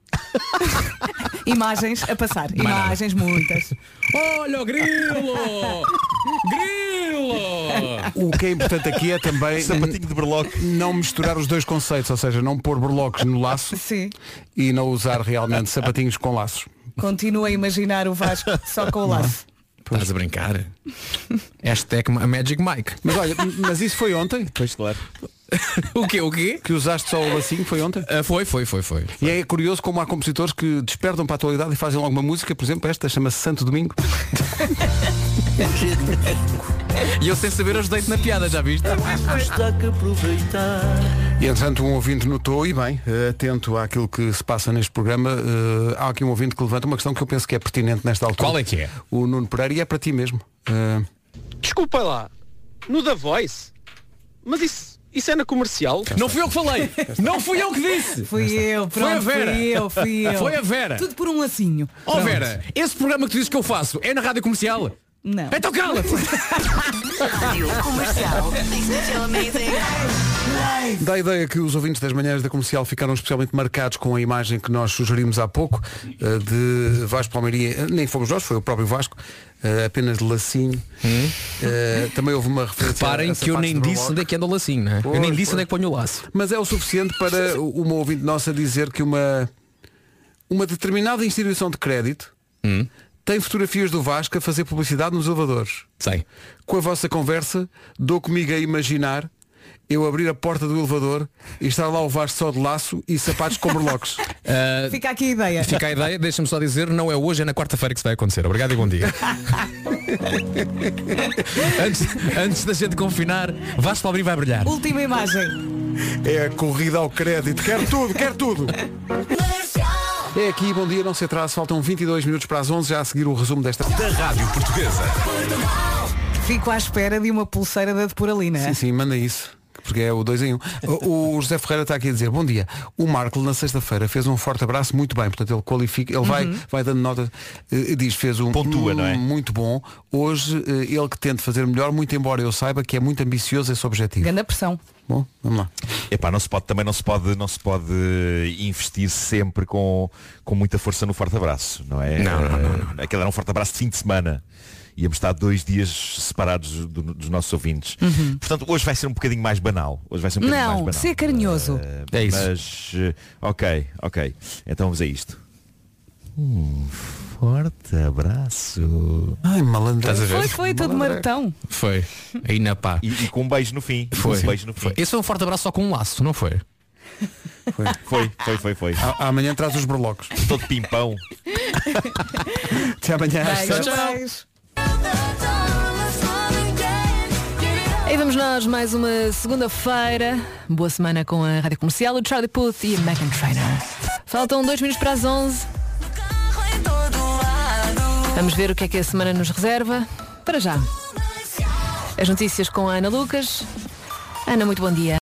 Imagens a passar. Imagens muitas. Olha o grilo! Grilo! O que é importante aqui é também sapatinho de berloque. Não misturar os dois conceitos, ou seja, não pôr berloques no laço. Sim. E não usar realmente sapatinhos com laços. Continuo a imaginar o Vasco só com o laço. Estás a brincar? Hashtag Magic Mike. Mas olha, mas isso foi ontem? Pois claro. O quê? Que usaste só o lacinho, foi ontem? Foi. E é curioso como há compositores que despertam para a atualidade e fazem logo uma música, por exemplo, esta chama-se Santo Domingo. E eu sem saber ajudei-te na piada, já viste? E entretanto um ouvinte notou, e bem, atento àquilo que se passa neste programa, há aqui um ouvinte que levanta uma questão que eu penso que é pertinente nesta altura. Qual é que é? O Nuno Pereira, e é para ti mesmo. Desculpa lá, no The Voice? Mas isso é na Comercial? Não fui eu que falei! Não fui eu que disse! Fui eu, pronto, Foi a Vera. fui eu. Foi a Vera. Tudo por um lacinho. Ó Vera, esse programa que tu dizes que eu faço é na Rádio Comercial? Não. Então cala-te! Rádio Comercial. Dá a ideia que os ouvintes das manhãs da Comercial ficaram especialmente marcados com a imagem que nós sugerimos há pouco, de Vasco Palmeirinha, nem fomos nós, foi o próprio Vasco, apenas de lacinho. Também houve uma referência. Reparem que eu nem disse onde é que anda o lacinho, né? Eu nem disse onde é que ponho o laço. Mas é o suficiente para uma ouvinte nossa dizer que uma determinada instituição de crédito tem fotografias do Vasco a fazer publicidade nos elevadores. Sei. Com a vossa conversa, dou comigo a imaginar eu abrir a porta do elevador e estar lá o Vasco só de laço e sapatos com berloques. Fica aqui a ideia. Fica a ideia, deixa-me só dizer, não é hoje, é na quarta-feira que isso vai acontecer. Obrigado e bom dia. antes da gente confinar, Vasco Palmeirinho vai brilhar. Última imagem. É a corrida ao crédito. Quero tudo. É aqui, bom dia, não se atrase, faltam 22 minutos para as 11, já a seguir o resumo desta... Da Rádio Portuguesa. Fico à espera de uma pulseira da Depuralina. Sim, manda isso, porque é o 2 em 1. O José Ferreira está aqui a dizer, bom dia, o Marco na sexta-feira fez um forte abraço muito bem, portanto ele qualifica, ele vai dando nota, diz, fez um pontua, não é? Muito bom. Hoje ele que tente fazer melhor, muito embora eu saiba que é muito ambicioso esse objetivo. Grande pressão. Bom, vamos lá. Epá, não se pode investir sempre com muita força no forte abraço, não é? Não. Aquele era um forte abraço de fim de semana. Íamos estar 2 dias separados dos nossos ouvintes. Portanto, hoje vai ser um bocadinho mais banal. Não, ser carinhoso. É isso. Mas, ok. Então vamos a isto. Forte abraço. Ai, malandro. Estás a ver? Foi todo maratão. Foi. Aí na pá. E com um beijo no fim. Foi. Um beijo no fim. Esse foi um forte abraço só com um laço, não foi? Foi. Amanhã traz os berloques. Todo pimpão. Até amanhã. Beijo. E vamos nós mais uma segunda-feira. Boa semana com a Rádio Comercial, o Charlie Puth e a Meghan Trainor. Faltam 2 minutos para as 11. Vamos ver o que é que a semana nos reserva. Para já. As notícias com a Ana Lucas. Ana, muito bom dia.